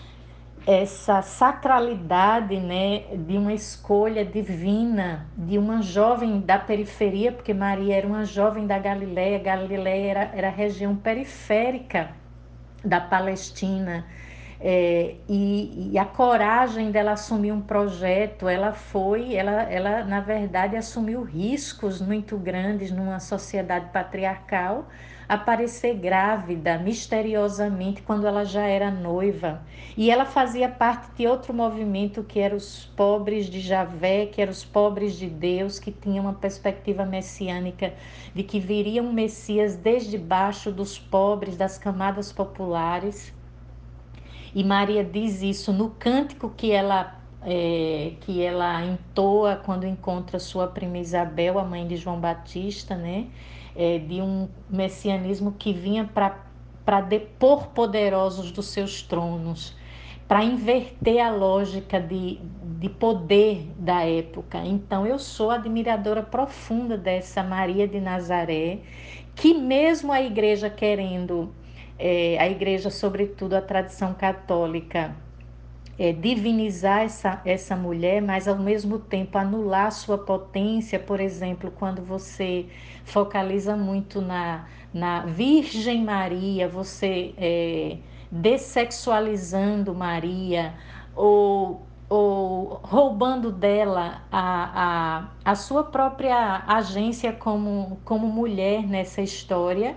essa sacralidade, né, de uma escolha divina de uma jovem da periferia, porque Maria era uma jovem da Galileia. Galileia era, era a região periférica da Palestina, é, e, e a coragem dela assumir um projeto, ela foi, ela, ela na verdade assumiu riscos muito grandes numa sociedade patriarcal, aparecer grávida misteriosamente quando ela já era noiva. E ela fazia parte de outro movimento que era os pobres de Javé, que eram os pobres de Deus, que tinha uma perspectiva messiânica de que viria um Messias desde baixo dos pobres, das camadas populares. E Maria diz isso no cântico que ela é, que ela entoa quando encontra sua prima Isabel, a mãe de João Batista, né? É, de um messianismo que vinha para depor poderosos dos seus tronos, para inverter a lógica de, de poder da época. Então, eu sou admiradora profunda dessa Maria de Nazaré, que mesmo a igreja querendo, é, a igreja, sobretudo a tradição católica, é, divinizar essa, essa mulher, mas ao mesmo tempo anular sua potência. Por exemplo, quando você focaliza muito na, na Virgem Maria, você é, dessexualizando Maria, ou, ou roubando dela a, a, a sua própria agência como, como mulher nessa história,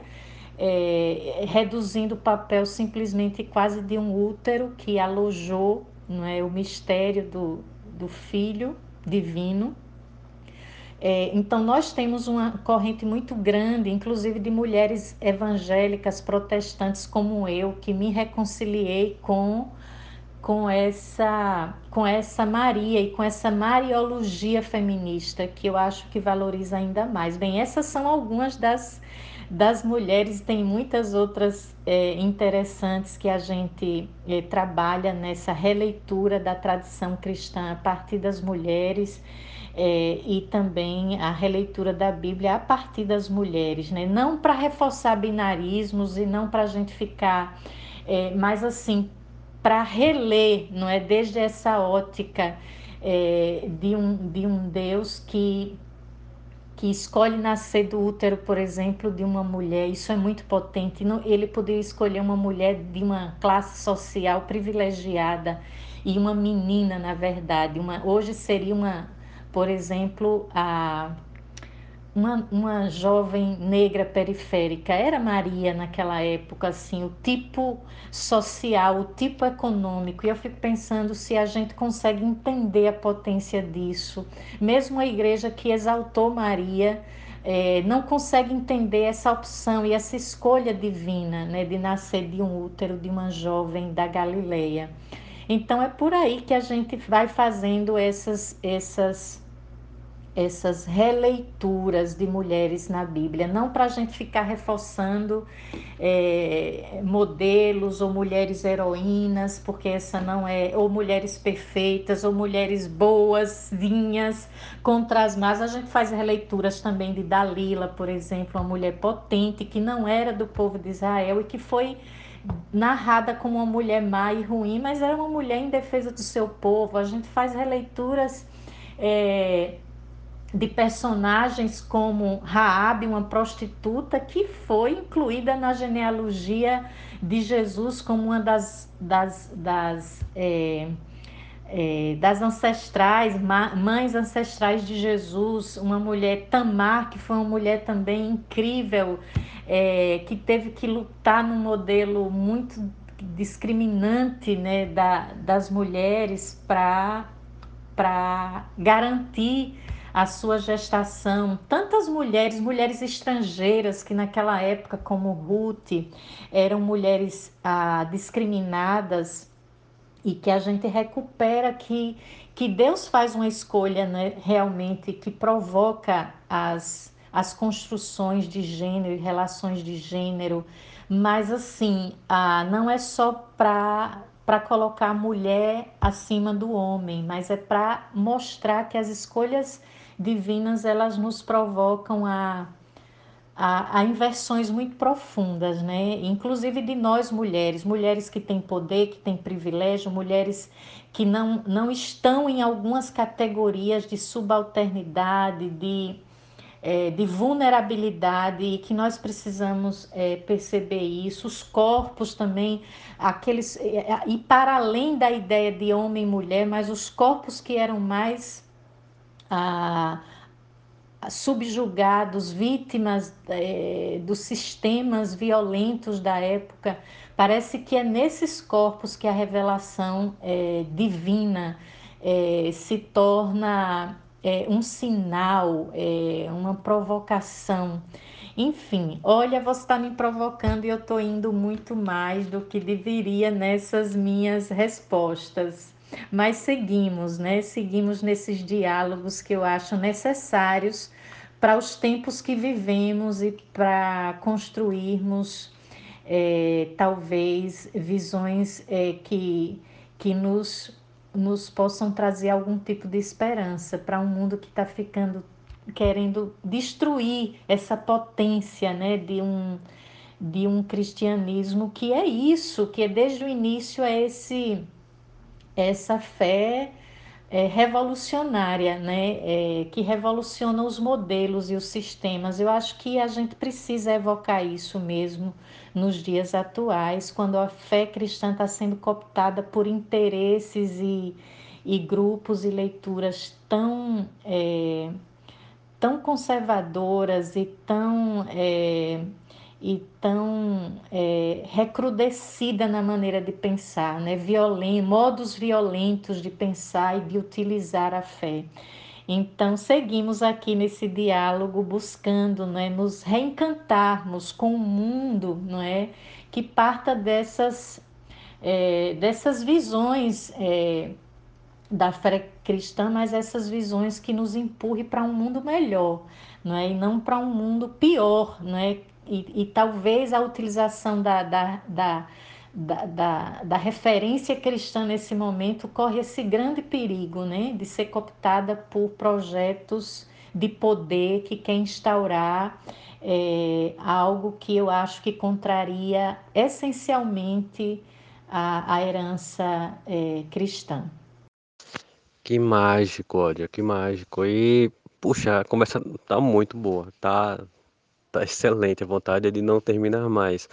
é, reduzindo o papel simplesmente quase de um útero que alojou, não é, o mistério do, do Filho Divino. É, então, nós temos uma corrente muito grande, inclusive de mulheres evangélicas protestantes como eu, que me reconciliei com, com, essa, com essa Maria e com essa mariologia feminista, que eu acho que valoriza ainda mais. Bem, essas são algumas das, das mulheres, tem muitas outras é, interessantes que a gente é, trabalha nessa releitura da tradição cristã a partir das mulheres. É, e também a releitura da Bíblia a partir das mulheres, né? Não para reforçar binarismos e não para a gente ficar, é, mas assim, para reler, não é? Desde essa ótica é, de, um, de um Deus que, que escolhe nascer do útero, por exemplo, de uma mulher. Isso é muito potente. Ele poderia escolher uma mulher de uma classe social privilegiada e uma menina, na verdade. Uma, hoje seria uma, por exemplo, a, uma, uma jovem negra periférica. Era Maria naquela época, assim, o tipo social, o tipo econômico. E eu fico pensando se a gente consegue entender a potência disso. Mesmo a igreja que exaltou Maria, é, não consegue entender essa opção e essa escolha divina, né, de nascer de um útero de uma jovem da Galileia. Então é por aí que a gente vai fazendo essas, essas essas releituras de mulheres na Bíblia, não para a gente ficar reforçando é, modelos ou mulheres heroínas, porque essa não é, ou mulheres perfeitas, ou mulheres boas, vinhas contra as más. A gente faz releituras também de Dalila, por exemplo, uma mulher potente que não era do povo de Israel e que foi narrada como uma mulher má e ruim, mas era uma mulher em defesa do seu povo. A gente faz releituras é, de personagens como Raabe, uma prostituta, que foi incluída na genealogia de Jesus como uma das, das, das, é, é, das ancestrais, mães ancestrais de Jesus, uma mulher Tamar, que foi uma mulher também incrível, é, que teve que lutar num modelo muito discriminante, né, da, das mulheres para para garantir a sua gestação. Tantas mulheres, mulheres estrangeiras que naquela época, como Ruth, eram mulheres ah, discriminadas, e que a gente recupera que, que Deus faz uma escolha, né, realmente, que provoca as, as construções de gênero e relações de gênero, mas assim, ah, não é só para para colocar a mulher acima do homem, mas é para mostrar que as escolhas divinas elas nos provocam a há, há inversões muito profundas, né? Inclusive de nós mulheres, mulheres que têm poder, que têm privilégio, mulheres que não, não estão em algumas categorias de subalternidade, de, é, de vulnerabilidade, e que nós precisamos é, perceber isso. Os corpos também, aqueles, e para além da ideia de homem e mulher, mas os corpos que eram mais ah, subjugados, vítimas é, dos sistemas violentos da época. Parece que é nesses corpos que a revelação é, divina é, se torna é, um sinal, é, uma provocação. Enfim, olha, você está me provocando e eu estou indo muito mais do que deveria nessas minhas respostas. Mas seguimos, né? Seguimos nesses diálogos que eu acho necessários para os tempos que vivemos e para construirmos é, talvez visões é, que, que nos, nos possam trazer algum tipo de esperança para um mundo que está ficando querendo destruir essa potência, né, de um de um cristianismo que é isso, que é desde o início é esse essa fé é, revolucionária, né? É, que revoluciona os modelos e os sistemas. Eu acho que a gente precisa evocar isso mesmo nos dias atuais, quando a fé cristã está sendo cooptada por interesses e, e grupos e leituras tão, é, tão conservadoras e tão é, e tão é, recrudescida na maneira de pensar, né? Violen modos violentos de pensar e de utilizar a fé. Então, seguimos aqui nesse diálogo buscando, né, nos reencantarmos com o mundo, não é, que parta dessas, é, dessas visões é, da fé cristã, mas essas visões que nos empurrem para um mundo melhor, não é? E não para um mundo pior, não é? E, e talvez a utilização da, da, da, da, da, da referência cristã nesse momento corre esse grande perigo, né? De ser cooptada por projetos de poder que quer instaurar é, algo que eu acho que contraria essencialmente a, a herança é, cristã. Que mágico, olha, que mágico. E, puxa, a conversa tá muito boa, tá, tá excelente, a vontade é de não terminar mais.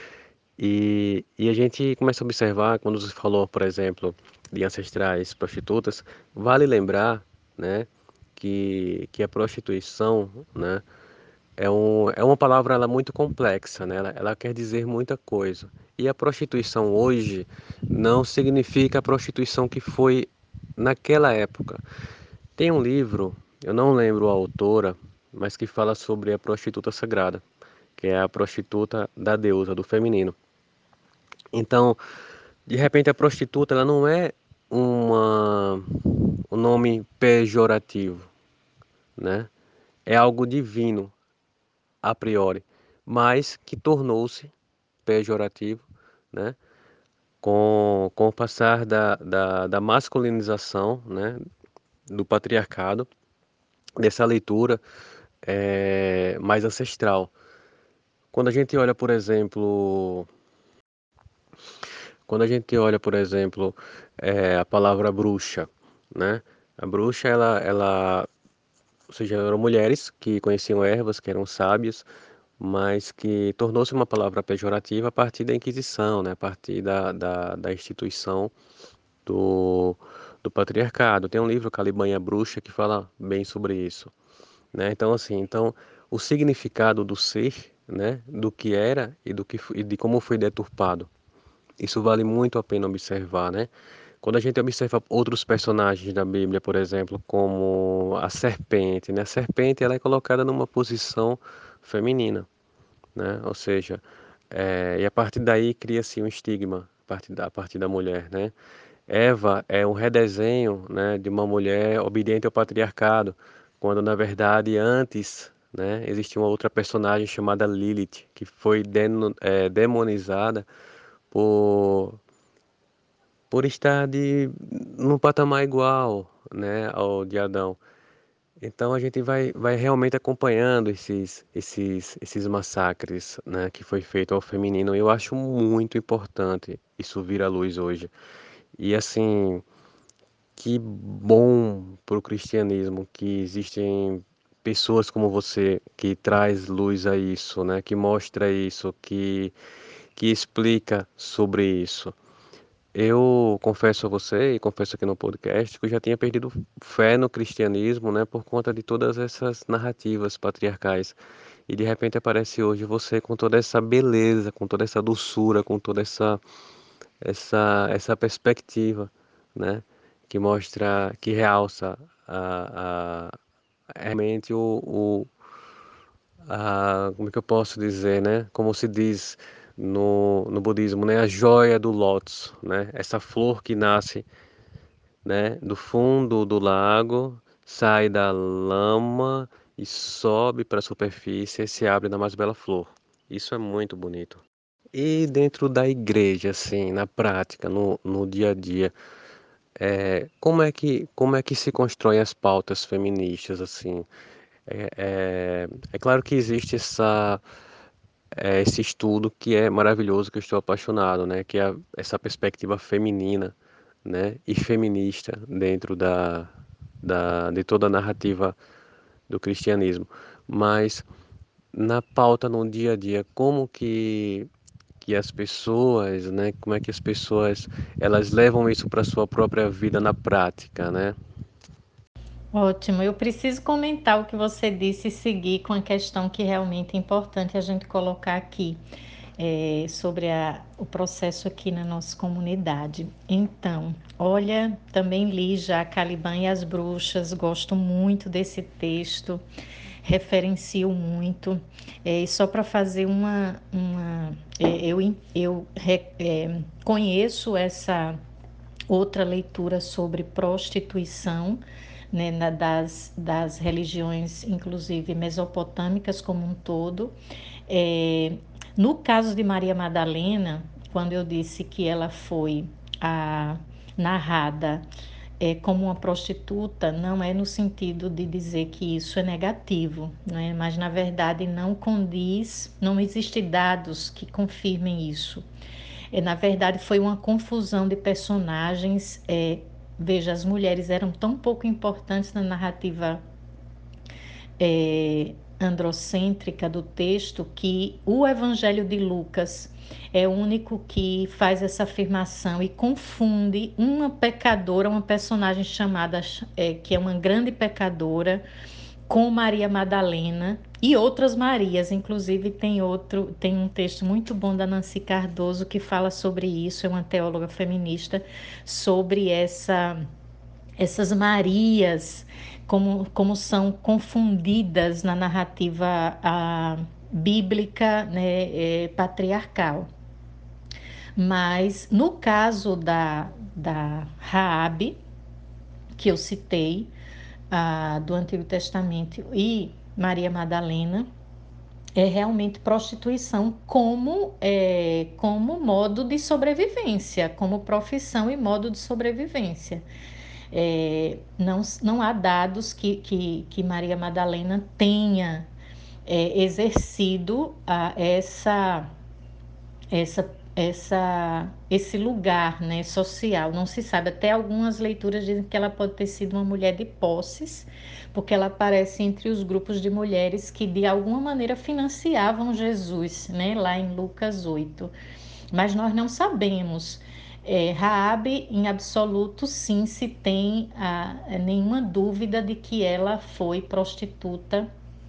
E, e a gente começa a observar, quando você falou, por exemplo, de ancestrais prostitutas, vale lembrar, né, que, que a prostituição, né, é, um, é uma palavra ela, muito complexa, né, ela, ela quer dizer muita coisa. E a prostituição hoje não significa a prostituição que foi naquela época. Tem um livro, eu não lembro a autora, mas que fala sobre a prostituta sagrada, que é a prostituta da deusa, do feminino. Então, de repente, a prostituta ela não é uma, um nome pejorativo, né? É algo divino, a priori, mas que tornou-se pejorativo, né? Com, com o passar da, da, da masculinização, né? Do patriarcado, dessa leitura é, mais ancestral. Quando a gente olha, por exemplo, quando a gente olha, por exemplo, é, a palavra bruxa, né? A bruxa, ela, ela, ou seja, eram mulheres que conheciam ervas, que eram sábias, mas que tornou-se uma palavra pejorativa a partir da Inquisição, né? A partir da, da, da instituição do, do patriarcado. Tem um livro, Caliban e a Bruxa, que fala bem sobre isso, né? Então, assim, então, o significado do ser, né? Do que era e, do que, fo- e de como foi deturpado. Isso vale muito a pena observar, né? Quando a gente observa outros personagens da Bíblia, por exemplo, como a serpente, né? A serpente, ela é colocada numa posição feminina, né? Ou seja, é, e a partir daí cria-se um estigma a partir da, a partir da mulher, né? Eva é um redesenho, né, de uma mulher obediente ao patriarcado, quando na verdade antes, né, existia uma outra personagem chamada Lilith, que foi deno- é, demonizada por, por estar de, num patamar igual, né, ao de Adão. Então a gente vai, vai realmente acompanhando esses, esses, esses massacres, né, que foi feito ao feminino. Eu acho muito importante isso vir à luz hoje. E assim, que bom para o cristianismo que existem pessoas como você que traz luz a isso, né, que mostra isso, que, que explica sobre isso. Eu confesso a você e confesso aqui no podcast que eu já tinha perdido fé no cristianismo, né, por conta de todas essas narrativas patriarcais. E de repente aparece hoje você com toda essa beleza, com toda essa doçura, com toda essa essa essa perspectiva, né, que mostra, que realça a, a realmente o, o a, como é que eu posso dizer, né? Como se diz no, no budismo, né? A joia do lótus, né? Essa flor que nasce, né? Do fundo do lago, sai da lama e sobe para a superfície e se abre na mais bela flor. Isso é muito bonito. E dentro da igreja, assim, na prática, no, no dia a dia, é, como é que, como é que se constroem as pautas feministas, assim? É, é, é claro que existe essa, é, esse estudo que é maravilhoso, que eu estou apaixonado, né? Que é essa perspectiva feminina, né? E feminista dentro da, da, de toda a narrativa do cristianismo. Mas na pauta, no dia a dia, como que, que as pessoas, né? Como é que as pessoas elas levam isso para sua própria vida na prática, né? Ótimo, eu preciso comentar o que você disse e seguir com a questão que realmente é importante a gente colocar aqui, é, sobre a, o processo aqui na nossa comunidade. Então, olha, também li já Caliban e as Bruxas, gosto muito desse texto, referencio muito, é, e só para fazer uma, uma é, eu, eu é, conheço essa outra leitura sobre prostituição, né, na, das, das religiões, inclusive mesopotâmicas como um todo. É, no caso de Maria Madalena, quando eu disse que ela foi a, narrada é, como uma prostituta, não é no sentido de dizer que isso é negativo, né? Mas na verdade não condiz, não existem dados que confirmem isso. É, na verdade, foi uma confusão de personagens. É, veja, as mulheres eram tão pouco importantes na narrativa é, androcêntrica do texto que o Evangelho de Lucas é o único que faz essa afirmação e confunde uma pecadora, uma personagem chamada, é, que é uma grande pecadora, com Maria Madalena e outras Marias. Inclusive tem outro, tem um texto muito bom da Nancy Cardoso que fala sobre isso, é uma teóloga feminista, sobre essa essas Marias, como, como são confundidas na narrativa a, bíblica, né, é, patriarcal. Mas no caso da, da Raabe, que eu citei, a, do Antigo Testamento e Maria Madalena, é realmente prostituição como, é, como modo de sobrevivência, como profissão e modo de sobrevivência. É, não, não há dados que, que, que Maria Madalena tenha é, exercido a, essa, essa, essa, esse lugar, né, social. Não se sabe, até algumas leituras dizem que ela pode ter sido uma mulher de posses, porque ela aparece entre os grupos de mulheres que de alguma maneira financiavam Jesus, né, lá em Lucas oito. Mas nós não sabemos. É, Raabe, em absoluto, sim, se tem a, a nenhuma dúvida de que ela foi prostituta,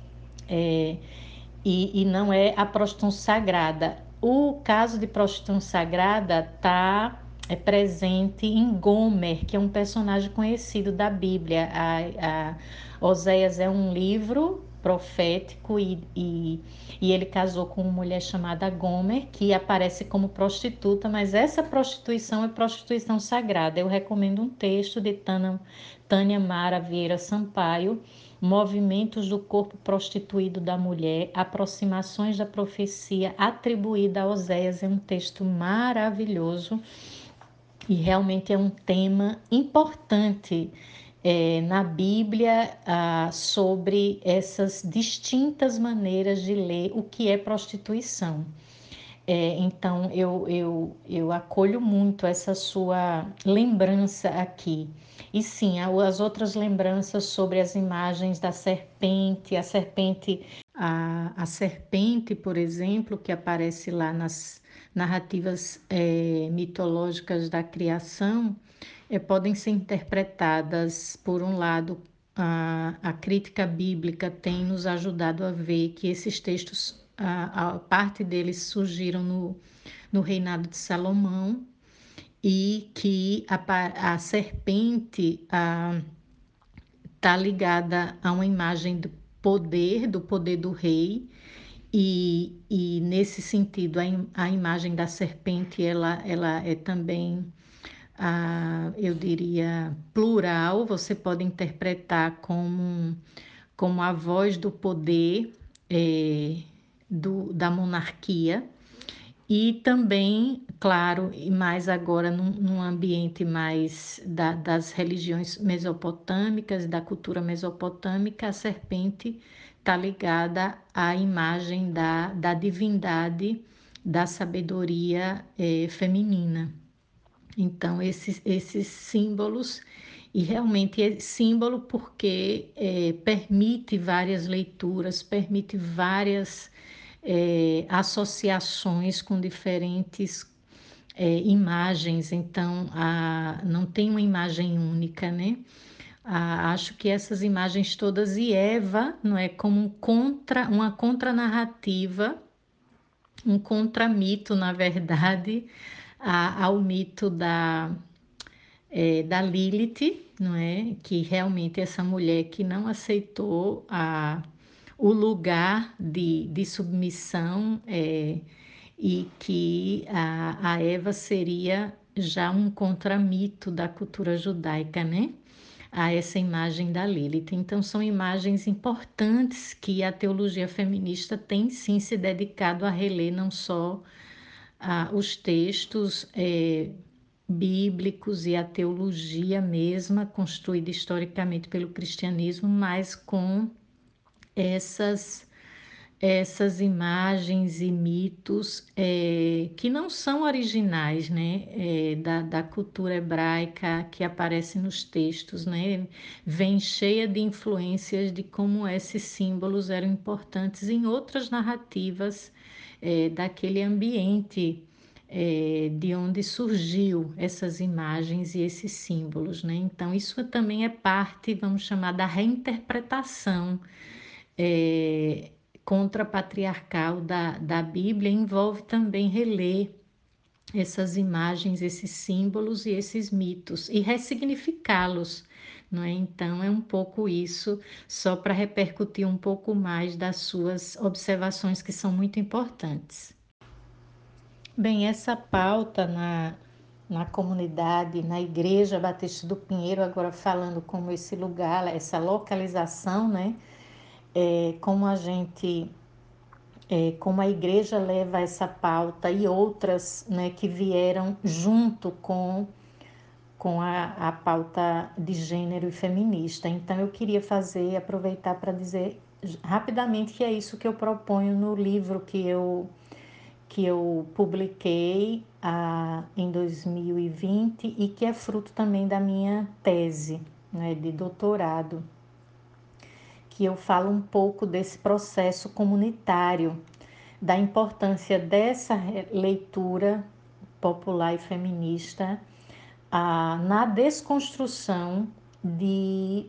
é, e, e não é a prostituição sagrada. O caso de prostituição sagrada está é presente em Gomer, que é um personagem conhecido da Bíblia. A, a Oséias é um livro profético e, e, e ele casou com uma mulher chamada Gomer, que aparece como prostituta, mas essa prostituição é prostituição sagrada. Eu recomendo um texto de Tânia, Tânia Mara Vieira Sampaio, Movimentos do Corpo Prostituído da Mulher, Aproximações da Profecia atribuída a Oséias. É um texto maravilhoso e realmente é um tema importante é, na Bíblia ah, sobre essas distintas maneiras de ler o que é prostituição. É, então, eu, eu, eu acolho muito essa sua lembrança aqui. E sim, as outras lembranças sobre as imagens da serpente, a serpente, a, a serpente, por exemplo, que aparece lá nas narrativas é, mitológicas da criação, é, podem ser interpretadas, por um lado, a, a crítica bíblica tem nos ajudado a ver que esses textos, a, a parte deles surgiram no, no reinado de Salomão, e que a, a serpente está ligada a uma imagem do poder, do poder do rei, e, e nesse sentido a, a imagem da serpente ela, ela é também, ah, eu diria, plural. Você pode interpretar como, como a voz do poder é, do, da monarquia. E também, claro, e mais agora num, num ambiente mais da, das religiões mesopotâmicas, da cultura mesopotâmica, a serpente está ligada à imagem da, da divindade, da sabedoria eh, feminina. Então, esses, esses símbolos, e realmente é símbolo porque é, permite várias leituras, permite várias é, associações com diferentes é, imagens. Então, a, não tem uma imagem única, né? A, acho que essas imagens todas, e Eva, não é, como um contra, uma contranarrativa, um contramito, na verdade, a, ao mito da, é, da Lilith, não é? Que realmente essa mulher que não aceitou a, o lugar de, de submissão, é, e que a, a Eva seria já um contramito da cultura judaica, né? A essa imagem da Lilith. Então, são imagens importantes que a teologia feminista tem sim se dedicado a reler, não só ah, os textos é, bíblicos e a teologia mesma, construída historicamente pelo cristianismo, mas com essas essas imagens e mitos é, que não são originais, né, é, da, da cultura hebraica, que aparecem nos textos, né, vem cheia de influências de como esses símbolos eram importantes em outras narrativas é, daquele ambiente é, de onde surgiu essas imagens e esses símbolos, né? Então isso também é parte, vamos chamar, da reinterpretação é, contra-patriarcal da, da Bíblia, envolve também reler essas imagens, esses símbolos e esses mitos e ressignificá-los, não é? Então é um pouco isso, só para repercutir um pouco mais das suas observações que são muito importantes. Bem, essa pauta na, na comunidade, na Igreja Batista do Pinheiro, agora falando como esse lugar, essa localização, né? É, como a gente, é, como a igreja leva essa pauta e outras, né, que vieram junto com, com a, a pauta de gênero e feminista. Então eu queria fazer, aproveitar para dizer rapidamente que é isso que eu proponho no livro que eu que eu publiquei ah, em dois mil e vinte e que é fruto também da minha tese, né, de doutorado, que eu falo um pouco desse processo comunitário, da importância dessa leitura popular e feminista ah, na desconstrução de,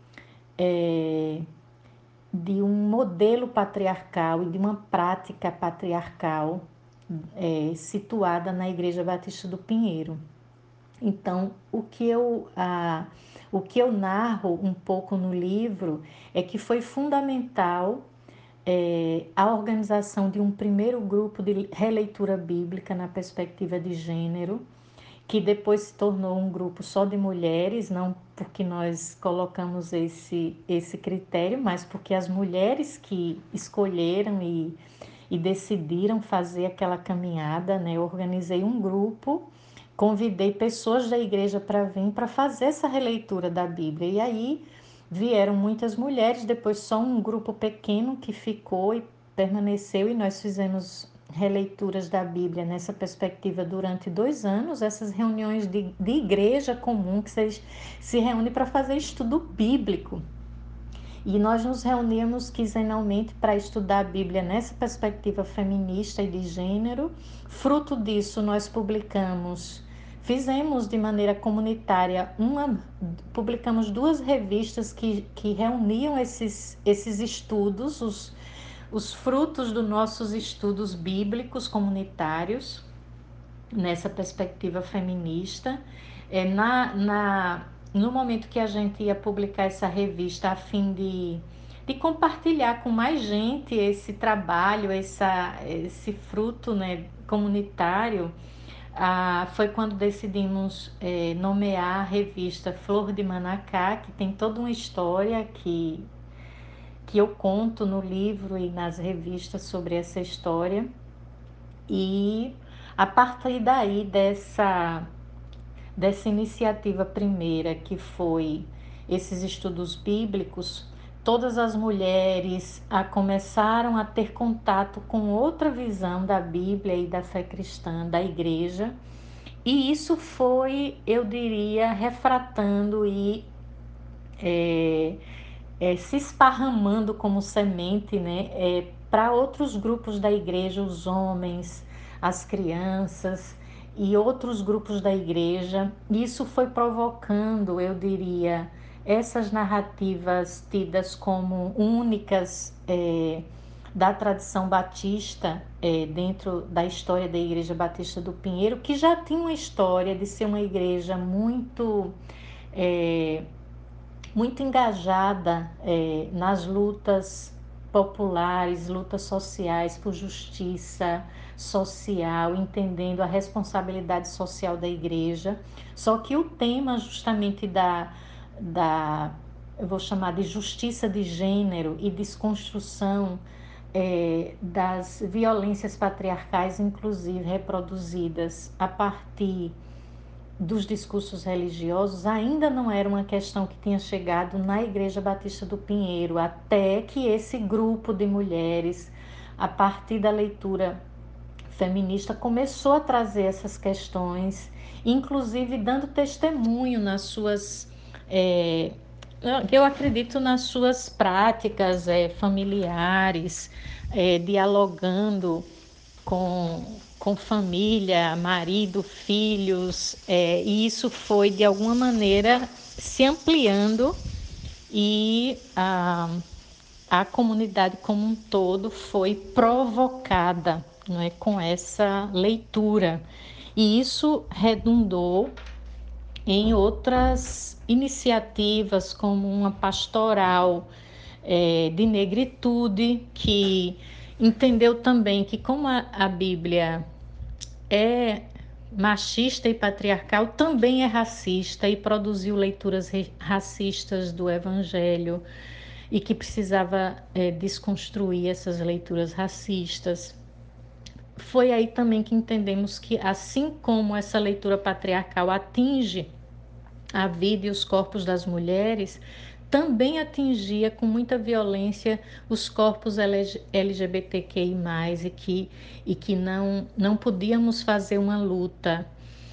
é, de um modelo patriarcal e de uma prática patriarcal é, situada na Igreja Batista do Pinheiro. Então, o que eu, ah, o que eu narro um pouco no livro é que foi fundamental é, a organização de um primeiro grupo de releitura bíblica na perspectiva de gênero, que depois se tornou um grupo só de mulheres, não porque nós colocamos esse, esse critério, mas porque as mulheres que escolheram e, e decidiram fazer aquela caminhada, né? Eu organizei um grupo, convidei pessoas da igreja para vir para fazer essa releitura da Bíblia. E aí vieram muitas mulheres, depois só um grupo pequeno que ficou e permaneceu, e nós fizemos releituras da Bíblia nessa perspectiva durante dois anos, essas reuniões de, de igreja comum, que vocês se reúnem para fazer estudo bíblico. E nós nos reuníamos quinzenalmente para estudar a Bíblia nessa perspectiva feminista e de gênero. Fruto disso, nós publicamos, fizemos de maneira comunitária, uma, publicamos duas revistas que, que reuniam esses, esses estudos, os os frutos dos nossos estudos bíblicos comunitários, nessa perspectiva feminista. É, na, na, no momento que a gente ia publicar essa revista, a fim de, de compartilhar com mais gente esse trabalho, essa, esse fruto, né, comunitário, ah, foi quando decidimos é, nomear a revista Flor de Manacá, que tem toda uma história que que eu conto no livro e nas revistas sobre essa história. E a partir daí dessa, dessa iniciativa primeira, que foi esses estudos bíblicos, todas as mulheres a, começaram a ter contato com outra visão da Bíblia e da fé cristã, da igreja, e isso foi, eu diria, refratando e é, é, se esparramando como semente, né, é, para outros grupos da igreja, os homens, as crianças e outros grupos da igreja. Isso foi provocando, eu diria, essas narrativas tidas como únicas é, da tradição batista é, dentro da história da Igreja Batista do Pinheiro, que já tinha uma história de ser uma igreja muito é, muito engajada é, nas lutas populares, lutas sociais por justiça social, entendendo a responsabilidade social da igreja. Só que o tema justamente da, da eu vou chamar de justiça de gênero e desconstrução é, das violências patriarcais, inclusive reproduzidas a partir dos discursos religiosos, ainda não era uma questão que tinha chegado na Igreja Batista do Pinheiro, até que esse grupo de mulheres, a partir da leitura feminista, começou a trazer essas questões, inclusive dando testemunho nas suas, é, eu acredito nas suas práticas é, familiares, é, dialogando com, com família, marido, filhos, é, e isso foi de alguma maneira se ampliando, e a, a comunidade como um todo foi provocada, não é, com essa leitura, e isso redundou em outras iniciativas, como uma pastoral é, de negritude, que entendeu também que como a, a Bíblia é machista e patriarcal, também é racista e produziu leituras racistas do Evangelho e que precisava é, desconstruir essas leituras racistas. Foi aí também que entendemos que, assim como essa leitura patriarcal atinge a vida e os corpos das mulheres, também atingia com muita violência os corpos L G B T Q I mais, e que, e que não, não podíamos fazer uma luta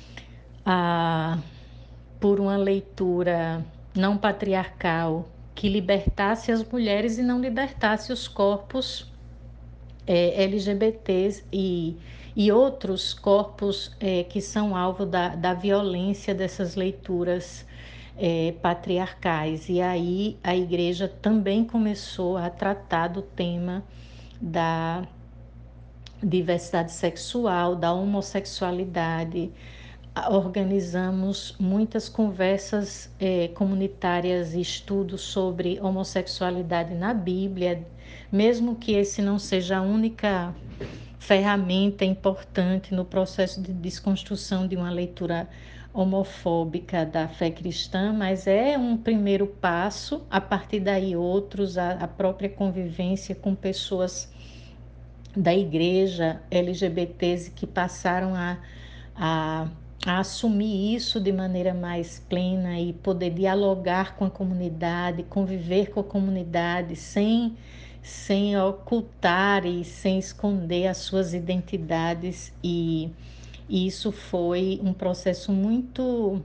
ah, por uma leitura não patriarcal que libertasse as mulheres e não libertasse os corpos é, L G B Ts e, e outros corpos é, que são alvo da, da violência dessas leituras é, patriarcais. E aí a igreja também começou a tratar do tema da diversidade sexual, da homossexualidade. Organizamos muitas conversas eh, comunitárias e estudos sobre homossexualidade na Bíblia, mesmo que esse não seja a única ferramenta importante no processo de desconstrução de uma leitura homofóbica da fé cristã, mas é um primeiro passo, a partir daí outros, a, a própria convivência com pessoas da igreja L G B Ts que passaram a, a, a assumir isso de maneira mais plena e poder dialogar com a comunidade, conviver com a comunidade sem, sem ocultar e sem esconder as suas identidades. E, e isso foi um processo muito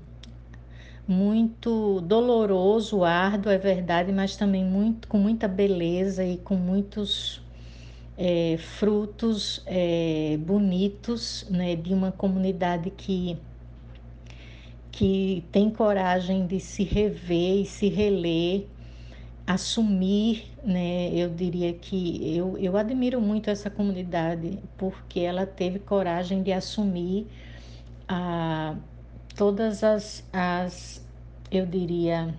muito doloroso, árduo, é verdade, mas também muito, com muita beleza e com muitos é, frutos é, bonitos, né, de uma comunidade que, que tem coragem de se rever e se reler, assumir, né, eu diria que eu, eu admiro muito essa comunidade, porque ela teve coragem de assumir a, todas as, as, eu diria,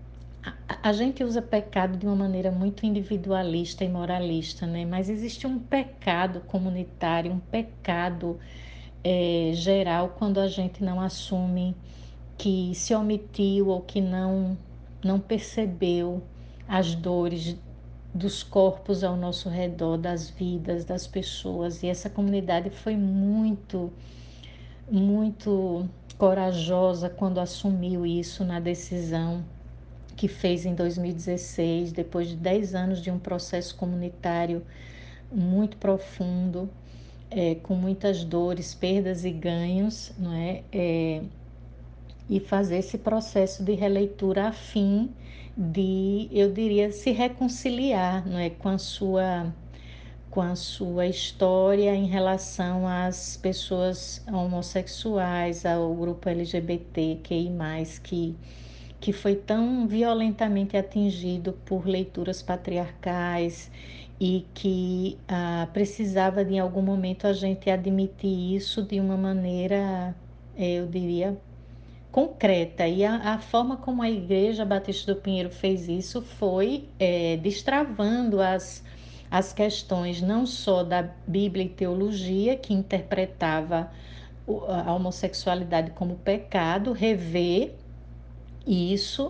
a gente usa pecado de uma maneira muito individualista e moralista, né? Mas existe um pecado comunitário, um pecado é, geral quando a gente não assume que se omitiu ou que não, não percebeu as dores dos corpos ao nosso redor, das vidas das pessoas. E essa comunidade foi muito, muito corajosa quando assumiu isso na decisão que fez em dois mil e dezesseis, depois de dez anos de um processo comunitário muito profundo, é, com muitas dores, perdas e ganhos, não é? É, e fazer esse processo de releitura a fim de, eu diria, se reconciliar, não é, com a sua com a sua história em relação às pessoas homossexuais, ao grupo L G B T Q I mais, que que foi tão violentamente atingido por leituras patriarcais e que ah, precisava de em algum momento a gente admitir isso de uma maneira, eu diria, concreta. E a, a forma como a Igreja Batista do Pinheiro fez isso foi é, destravando as, as questões não só da Bíblia e teologia, que interpretava a homossexualidade como pecado, rever isso,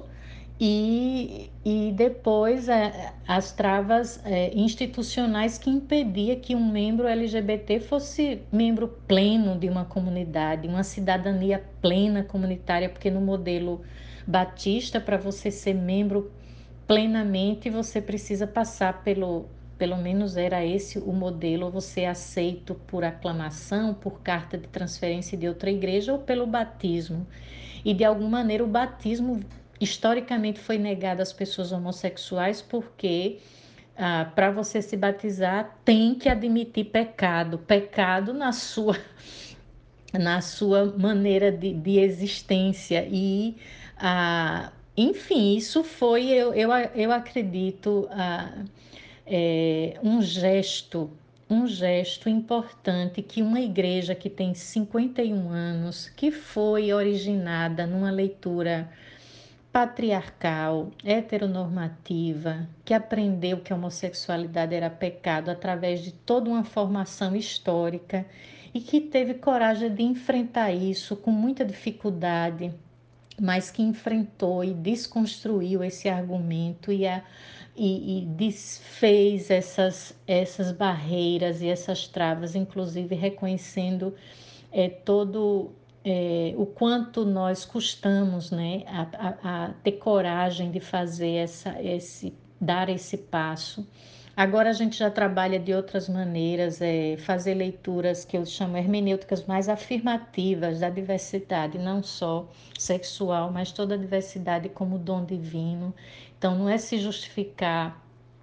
e, e depois é, as travas é, institucionais que impedia que um membro L G B T fosse membro pleno de uma comunidade, uma cidadania plena comunitária, porque no modelo batista, para você ser membro plenamente, você precisa passar pelo, pelo menos era esse o modelo, você é aceito por aclamação, por carta de transferência de outra igreja ou pelo batismo. E de alguma maneira o batismo historicamente foi negado às pessoas homossexuais porque ah, para você se batizar tem que admitir pecado, pecado na sua na sua maneira de, de existência e ah, enfim, isso foi, eu, eu, eu acredito, ah, é, um gesto, um gesto importante que uma igreja que tem cinquenta e um anos, que foi originada numa leitura patriarcal, heteronormativa, que aprendeu que a homossexualidade era pecado através de toda uma formação histórica e que teve coragem de enfrentar isso com muita dificuldade, mas que enfrentou e desconstruiu esse argumento e, a, e, e desfez essas, essas barreiras e essas travas, inclusive reconhecendo é, todo é, o quanto nós custamos, né, a, a, a ter coragem de fazer essa, esse, dar esse passo. Agora a gente já trabalha de outras maneiras, é, fazer leituras que eu chamo hermenêuticas mais afirmativas da diversidade, não só sexual, mas toda a diversidade como dom divino. Então não é se justificar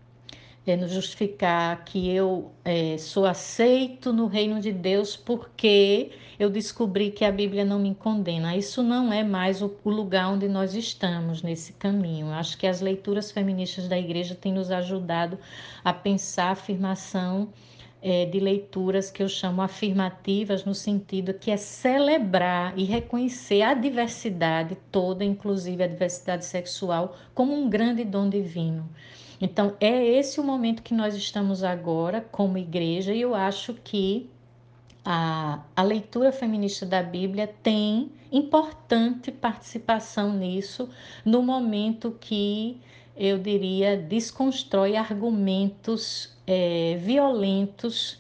é, nos justificar que eu é, sou aceito no reino de Deus porque eu descobri que a Bíblia não me condena. Isso não é mais o, o lugar onde nós estamos nesse caminho. Eu acho que as leituras feministas da igreja têm nos ajudado a pensar a afirmação é, de leituras que eu chamo afirmativas, no sentido que é celebrar e reconhecer a diversidade toda, inclusive a diversidade sexual, como um grande dom divino. Então, é esse o momento que nós estamos agora como igreja, e eu acho que a, a leitura feminista da Bíblia tem importante participação nisso, no momento que eu diria desconstrói argumentos é, violentos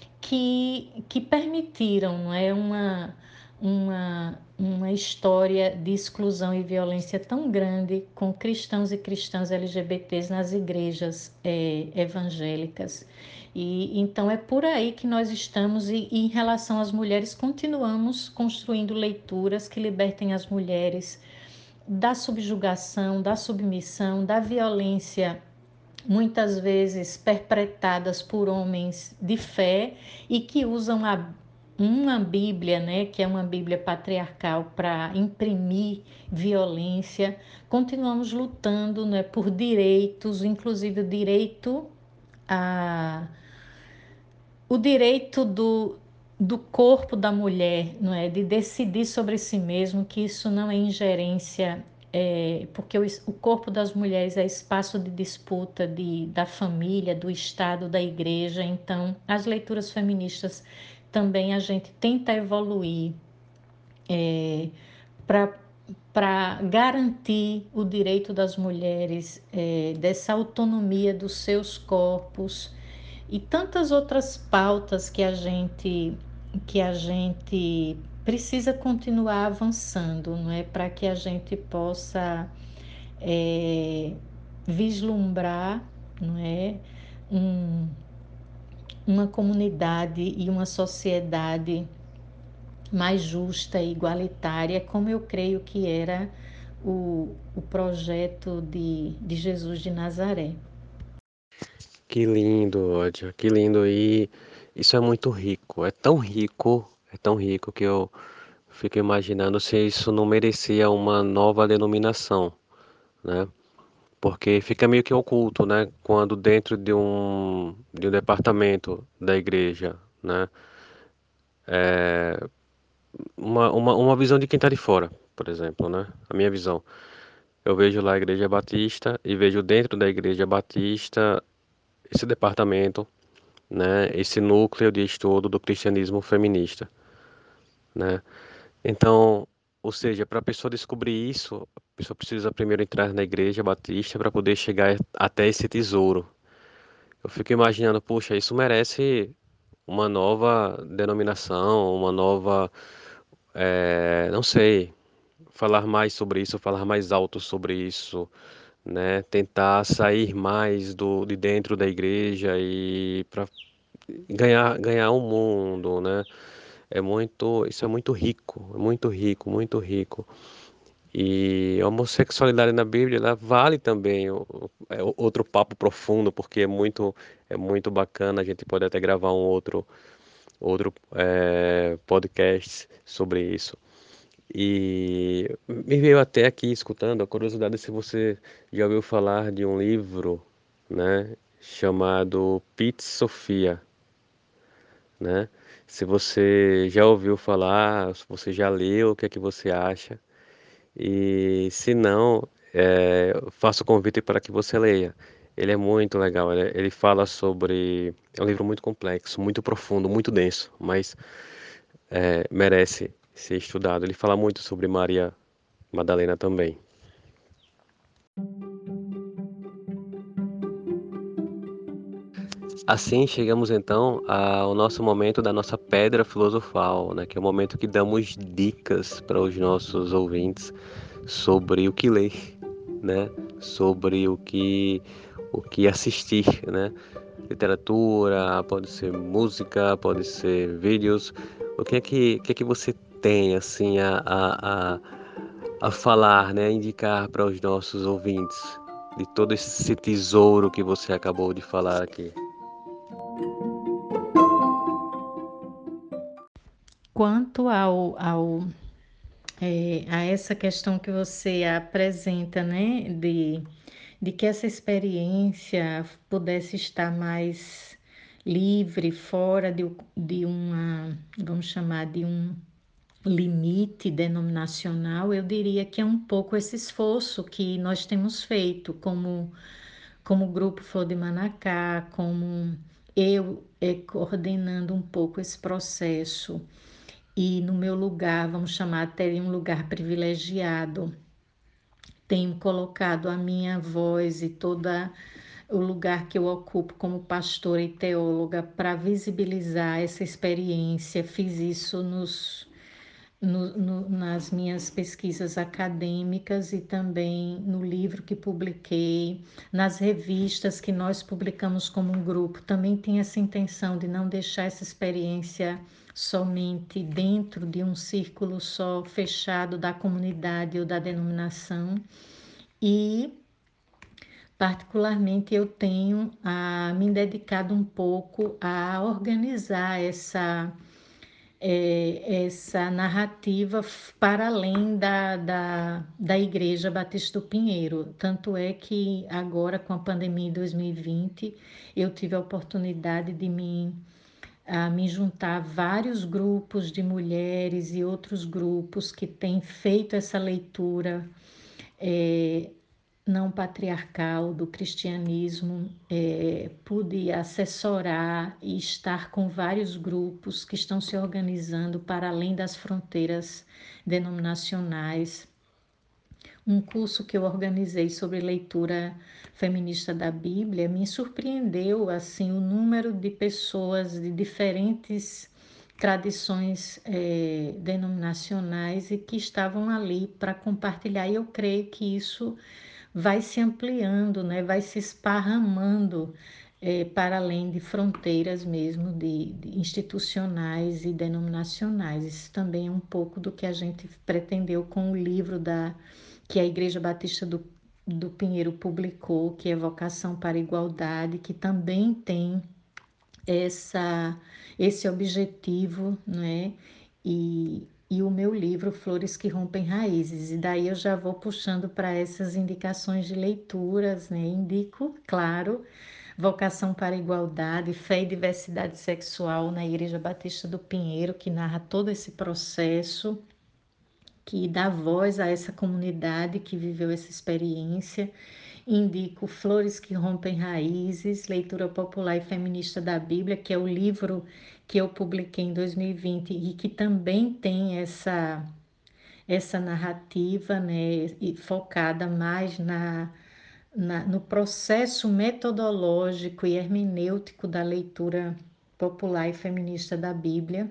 que, que permitiram, não é, uma, uma, uma história de exclusão e violência tão grande com cristãos e cristãs L G B Ts nas igrejas é, evangélicas. E então é por aí que nós estamos, e, e em relação às mulheres, continuamos construindo leituras que libertem as mulheres da subjugação, da submissão, da violência, muitas vezes perpetradas por homens de fé e que usam a, uma Bíblia, né, que é uma Bíblia patriarcal, para imprimir violência. Continuamos lutando, né, por direitos, inclusive o direito a o direito do, do corpo da mulher, não é, de decidir sobre si mesmo, que isso não é ingerência, é, porque o, o corpo das mulheres é espaço de disputa de, da família, do Estado, da igreja. Então, as leituras feministas também a gente tenta evoluir é, para para garantir o direito das mulheres, é, dessa autonomia dos seus corpos e tantas outras pautas que a gente que a gente precisa continuar avançando, não é, para que a gente possa é, vislumbrar, não é, um, uma comunidade e uma sociedade mais justa e igualitária, como eu creio que era o, o projeto de, de Jesus de Nazaré. Que lindo, ódio, que lindo. E isso é muito rico, é tão rico, é tão rico que eu fico imaginando se isso não merecia uma nova denominação, né? Porque fica meio que oculto, né? Quando dentro de um, de um departamento da igreja, né? Uma, uma, uma visão de quem está de fora, por exemplo, né? A minha visão. Eu vejo lá a Igreja Batista e vejo dentro da Igreja Batista esse departamento, né? Esse núcleo de estudo do cristianismo feminista, né? Então, ou seja, para a pessoa descobrir isso, a pessoa precisa primeiro entrar na Igreja Batista para poder chegar até esse tesouro. Eu fico imaginando, puxa, isso merece uma nova denominação, uma nova, eh, não sei, falar mais sobre isso, falar mais alto sobre isso, né? Tentar sair mais do de dentro da igreja e para ganhar ganhar o mundo, né? É muito, isso é muito rico, é muito rico, muito rico. E a homossexualidade na Bíblia, ela vale também o- o- é o- outro papo profundo, porque é muito é muito bacana. A gente pode até gravar um outro outro eh, podcast sobre isso. E me veio até aqui escutando a curiosidade se você já ouviu falar de um livro, né, chamado Pete Sofia, né? Se você já ouviu falar, se você já leu, o que é que você acha? E se não, é, eu faço o convite para que você leia. Ele é muito legal, ele, ele fala sobre. É um livro muito complexo, muito profundo, muito denso, mas é, merece ser estudado. Ele fala muito sobre Maria Madalena também. Assim, chegamos então ao nosso momento da nossa pedra filosofal, né? Que é o momento que damos dicas para os nossos ouvintes sobre o que ler, né? Sobre o que, o que assistir, né? Literatura, pode ser música, pode ser vídeos. O que é que, o que é que você tem assim a, a, a, a falar, né? A indicar para os nossos ouvintes de todo esse tesouro que você acabou de falar aqui? Quanto ao, ao é, a essa questão que você apresenta, né, de, de que essa experiência pudesse estar mais livre, fora de, de uma, vamos chamar de um limite denominacional, eu diria que é um pouco esse esforço que nós temos feito como, como Grupo Flor de Manacá, como eu é, coordenando um pouco esse processo e no meu lugar, vamos chamar até de um lugar privilegiado, tenho colocado a minha voz e toda o lugar que eu ocupo como pastora e teóloga para visibilizar essa experiência. Fiz isso nos no, no, nas minhas pesquisas acadêmicas e também no livro que publiquei, nas revistas que nós publicamos como um grupo. Também tem essa intenção de não deixar essa experiência somente dentro de um círculo só fechado da comunidade ou da denominação. E particularmente eu tenho a, me dedicado um pouco a organizar essa é, essa narrativa para além da, da, da Igreja Batista do Pinheiro. Tanto é que agora, com a pandemia em dois mil e vinte, eu tive a oportunidade de me, a, me juntar a vários grupos de mulheres e outros grupos que têm feito essa leitura é, não patriarcal do cristianismo, é, pude assessorar e estar com vários grupos que estão se organizando para além das fronteiras denominacionais. Um curso que eu organizei sobre leitura feminista da Bíblia me surpreendeu assim o número de pessoas de diferentes tradições é, denominacionais e que estavam ali para compartilhar. E eu creio que isso vai se ampliando, né? Vai se esparramando é, para além de fronteiras mesmo de, de institucionais e denominacionais. Isso também é um pouco do que a gente pretendeu com o livro da que a Igreja Batista do, do Pinheiro publicou, que é Vocação para a Igualdade, que também tem essa, esse objetivo, né? E, e o meu livro Flores que Rompem Raízes. E daí eu já vou puxando para essas indicações de leituras, né? Indico, claro, Vocação para a Igualdade, Fé e Diversidade Sexual na Igreja Batista do Pinheiro, que narra todo esse processo, que dá voz a essa comunidade que viveu essa experiência. Indico Flores que Rompem Raízes, Leitura Popular e Feminista da Bíblia, que é o livro que eu publiquei em dois mil e vinte e que também tem essa, essa narrativa, né, e focada mais na, na, no processo metodológico e hermenêutico da leitura popular e feminista da Bíblia.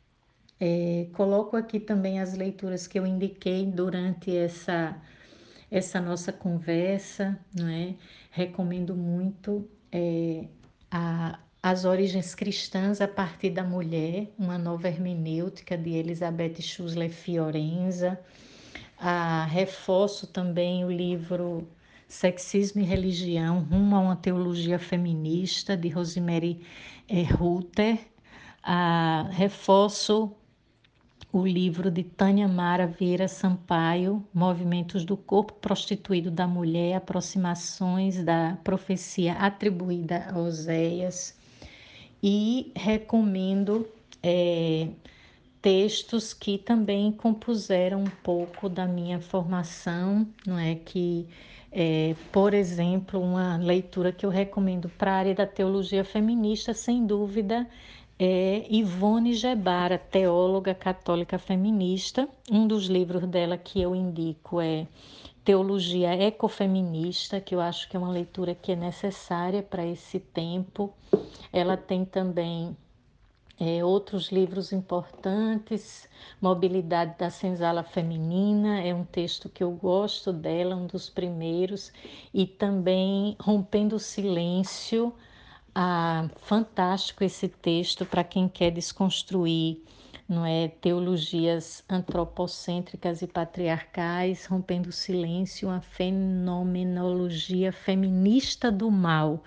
É, coloco aqui também as leituras que eu indiquei durante essa, essa nossa conversa, não é? Recomendo muito é, a, As Origens Cristãs a partir da Mulher, uma nova hermenêutica de Elizabeth Schussler Fiorenza. Ah, reforço também o livro Sexismo e Religião, Rumo a uma Teologia Feminista, de Rosemary eh, Ruther. Ah, reforço o livro de Tânia Mara Vieira Sampaio, Movimentos do Corpo Prostituído da Mulher, Aproximações da Profecia Atribuída a Oséias. E recomendo é, textos que também compuseram um pouco da minha formação, não é? Que, é, por exemplo, uma leitura que eu recomendo para a área da teologia feminista, sem dúvida, é Ivone Gebara, teóloga católica feminista. Um dos livros dela que eu indico é Teologia Ecofeminista, que eu acho que é uma leitura que é necessária para esse tempo. Ela tem também é, outros livros importantes, Mobilidade da Senzala Feminina, é um texto que eu gosto dela, um dos primeiros, e também Rompendo o Silêncio. Ah, fantástico esse texto para quem quer desconstruir, não é, teologias antropocêntricas e patriarcais, Rompendo o Silêncio, uma fenomenologia feminista do mal,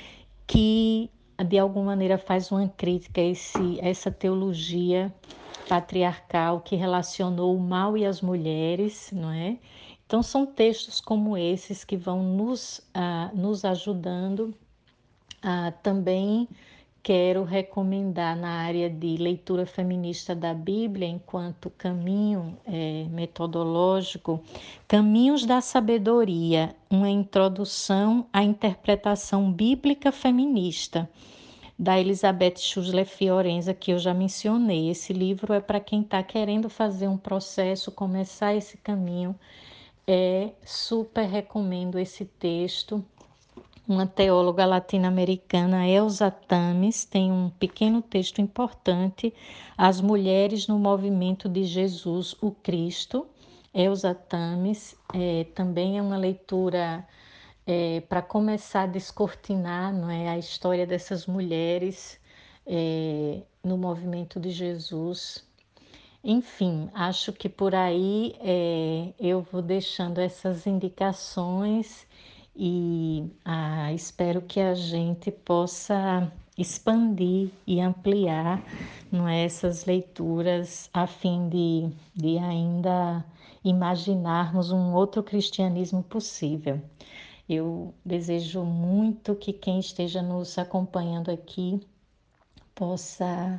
que de alguma maneira faz uma crítica a, esse, a essa teologia patriarcal que relacionou o mal e as mulheres, não é? Então são textos como esses que vão nos, ah, nos ajudando. Ah, também quero recomendar na área de leitura feminista da Bíblia, enquanto caminho é, metodológico, Caminhos da Sabedoria, uma introdução à interpretação bíblica feminista, da Elizabeth Schussler Fiorenza, que eu já mencionei. Esse livro é para quem está querendo fazer um processo, começar esse caminho. É, super recomendo esse texto. Uma teóloga latino-americana, Elsa Tames, tem um pequeno texto importante, As Mulheres no Movimento de Jesus, o Cristo. Elsa Tames é, também é uma leitura é, para começar a descortinar, não é, a história dessas mulheres é, no movimento de Jesus. Enfim, acho que por aí é, eu vou deixando essas indicações e ah, espero que a gente possa expandir e ampliar, não é, essas leituras a fim de, de ainda imaginarmos um outro cristianismo possível. Eu desejo muito que quem esteja nos acompanhando aqui possa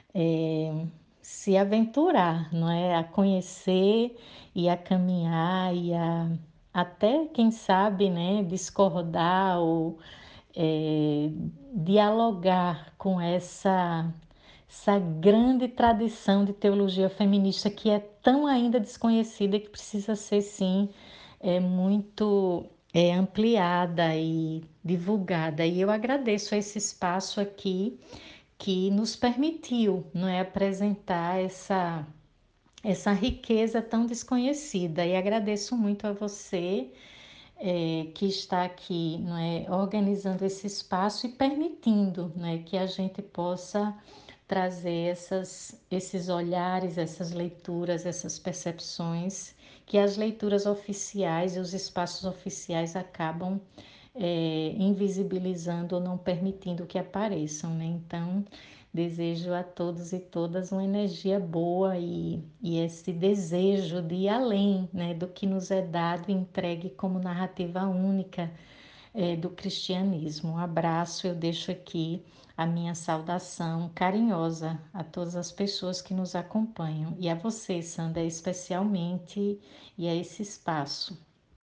é, se aventurar, não é? A conhecer e a caminhar e a até, quem sabe, né, discordar ou é, dialogar com essa, essa grande tradição de teologia feminista que é tão ainda desconhecida e que precisa ser, sim, é, muito é, ampliada e divulgada. E eu agradeço esse espaço aqui que nos permitiu, não é, apresentar essa essa riqueza tão desconhecida. E agradeço muito a você é, que está aqui, não é, organizando esse espaço e permitindo, né, que a gente possa trazer essas, esses olhares, essas leituras, essas percepções que as leituras oficiais e os espaços oficiais acabam é, invisibilizando ou não permitindo que apareçam, né? Então, desejo a todos e todas uma energia boa e, e esse desejo de ir além, né, do que nos é dado e entregue como narrativa única é, do cristianismo. Um abraço, eu deixo aqui a minha saudação carinhosa a todas as pessoas que nos acompanham e a você, Sandra, especialmente, e a esse espaço.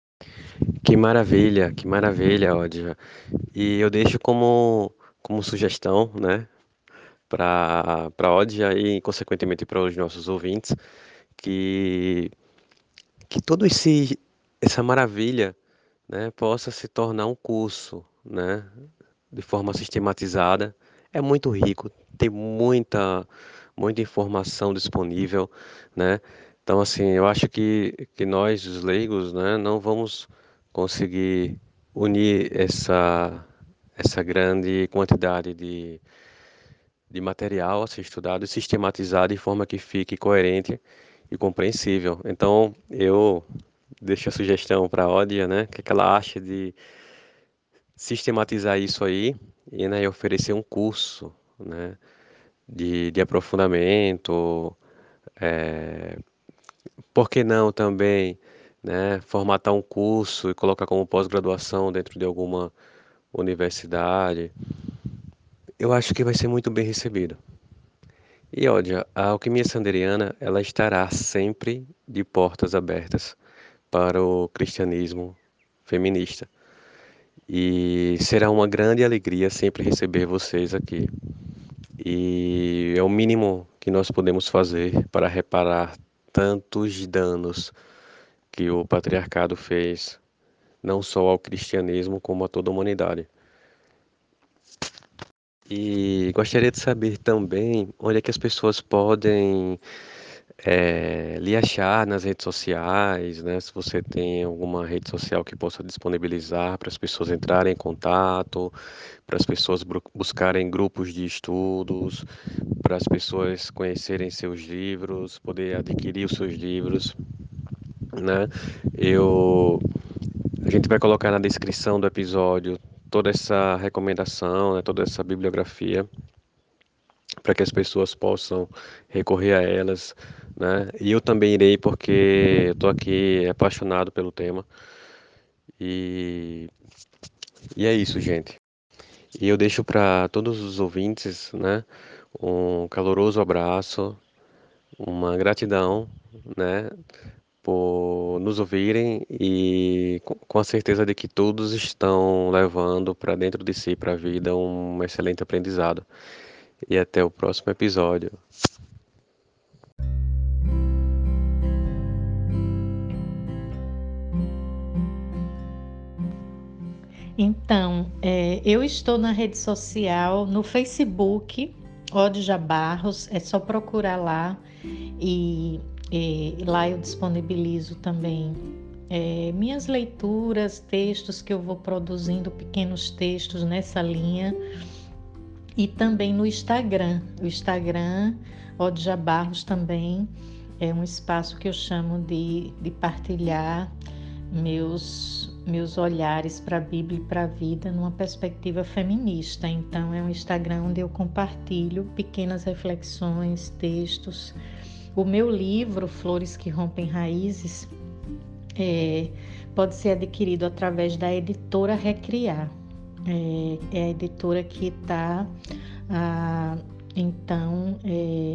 Que maravilha, que maravilha, Ódia. E eu deixo como, como sugestão, né, para para a Ódia e, consequentemente, para os nossos ouvintes, que, que toda esse, essa maravilha, né, possa se tornar um curso, né, de forma sistematizada. É muito rico, tem muita, muita informação disponível, né? Então, assim, eu acho que, que nós, os leigos, né, não vamos conseguir unir essa, essa grande quantidade de, de material a ser estudado e sistematizado de forma que fique coerente e compreensível. Então, eu deixo a sugestão para a Ódia, né, que, é que ela acha de sistematizar isso aí e, né, oferecer um curso, né, de, de aprofundamento, é, por que não também, né, formatar um curso e colocar como pós-graduação dentro de alguma universidade. Eu acho que vai ser muito bem recebido. E olha, a Alquimia Sanderiana, ela estará sempre de portas abertas para o cristianismo feminista. E será uma grande alegria sempre receber vocês aqui. E é o mínimo que nós podemos fazer para reparar tantos danos que o patriarcado fez, não só ao cristianismo, como a toda a humanidade. E gostaria de saber também onde é que as pessoas podem é, lhe achar nas redes sociais, né? Se você tem alguma rede social que possa disponibilizar para as pessoas entrarem em contato, para as pessoas bru- buscarem grupos de estudos, para as pessoas conhecerem seus livros, poder adquirir os seus livros, né? Eu, a gente vai colocar na descrição do episódio toda essa recomendação, né? Toda essa bibliografia para que as pessoas possam recorrer a elas, né? E eu também irei porque eu estou aqui apaixonado pelo tema e, e é isso, gente. E eu deixo para todos os ouvintes, né, um caloroso abraço, uma gratidão, né, por nos ouvirem e com com a certeza de que todos estão levando para dentro de si, para a vida, um excelente aprendizado. E até o próximo episódio. Então, é, eu estou na rede social, no Facebook, Odja Barros, é só procurar lá e, e lá eu disponibilizo também é, minhas leituras, textos que eu vou produzindo, pequenos textos nessa linha, e também no Instagram. O Instagram, Odja Barros também, é um espaço que eu chamo de, de partilhar meus meus olhares para a Bíblia e para a vida numa perspectiva feminista. Então é um Instagram onde eu compartilho pequenas reflexões, textos. O meu livro Flores que Rompem Raízes é, pode ser adquirido através da editora Recriar. É, é a editora que está ah, então é,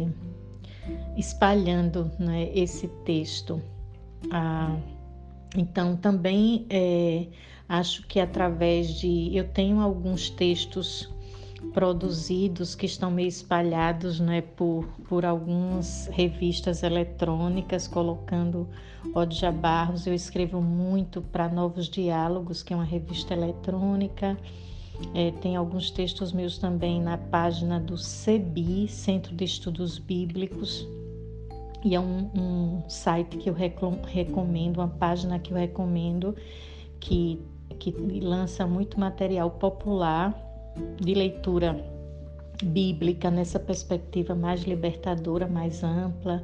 espalhando, né, esse texto. Ah, Então, também é, acho que através de... Eu tenho alguns textos produzidos que estão meio espalhados, né, por, por algumas revistas eletrônicas, colocando Odja Barros. Eu escrevo muito para Novos Diálogos, que é uma revista eletrônica. É, tem alguns textos meus também na página do CEBI, Centro de Estudos Bíblicos. E é um, um site que eu recomendo, uma página que eu recomendo, que, que lança muito material popular de leitura bíblica nessa perspectiva mais libertadora, mais ampla.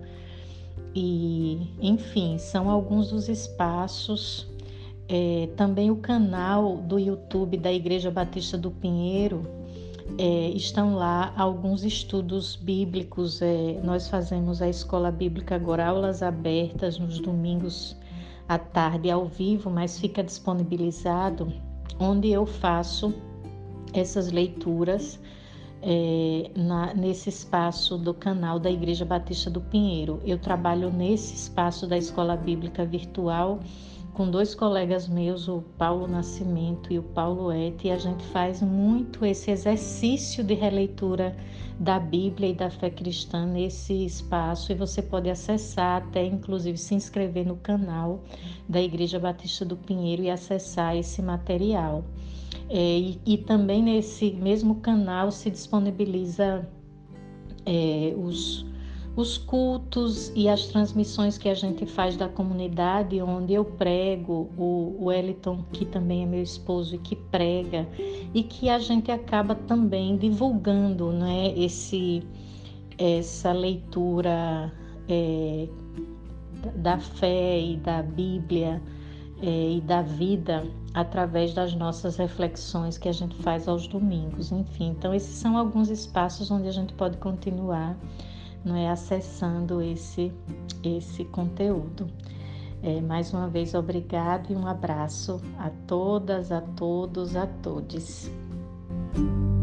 E, enfim, são alguns dos espaços. É, também o canal do YouTube da Igreja Batista do Pinheiro, É, estão lá alguns estudos bíblicos. É, nós fazemos a Escola Bíblica agora, aulas abertas nos domingos à tarde ao vivo, mas fica disponibilizado onde eu faço essas leituras é, na, nesse espaço do canal da Igreja Batista do Pinheiro. Eu trabalho nesse espaço da Escola Bíblica Virtual com dois colegas meus, o Paulo Nascimento e o Paulo Et, e a gente faz muito esse exercício de releitura da Bíblia e da fé cristã nesse espaço, e você pode acessar, até inclusive se inscrever no canal da Igreja Batista do Pinheiro e acessar esse material. É, e, e também nesse mesmo canal se disponibiliza é, os Os cultos e as transmissões que a gente faz da comunidade, onde eu prego, o Wellington, que também é meu esposo e que prega, e que a gente acaba também divulgando, né, esse, essa leitura é, da fé e da Bíblia é, e da vida através das nossas reflexões que a gente faz aos domingos. Enfim, então esses são alguns espaços onde a gente pode continuar, não é, acessando esse, esse conteúdo. É, mais uma vez, obrigado e um abraço a todas, a todos, a todes.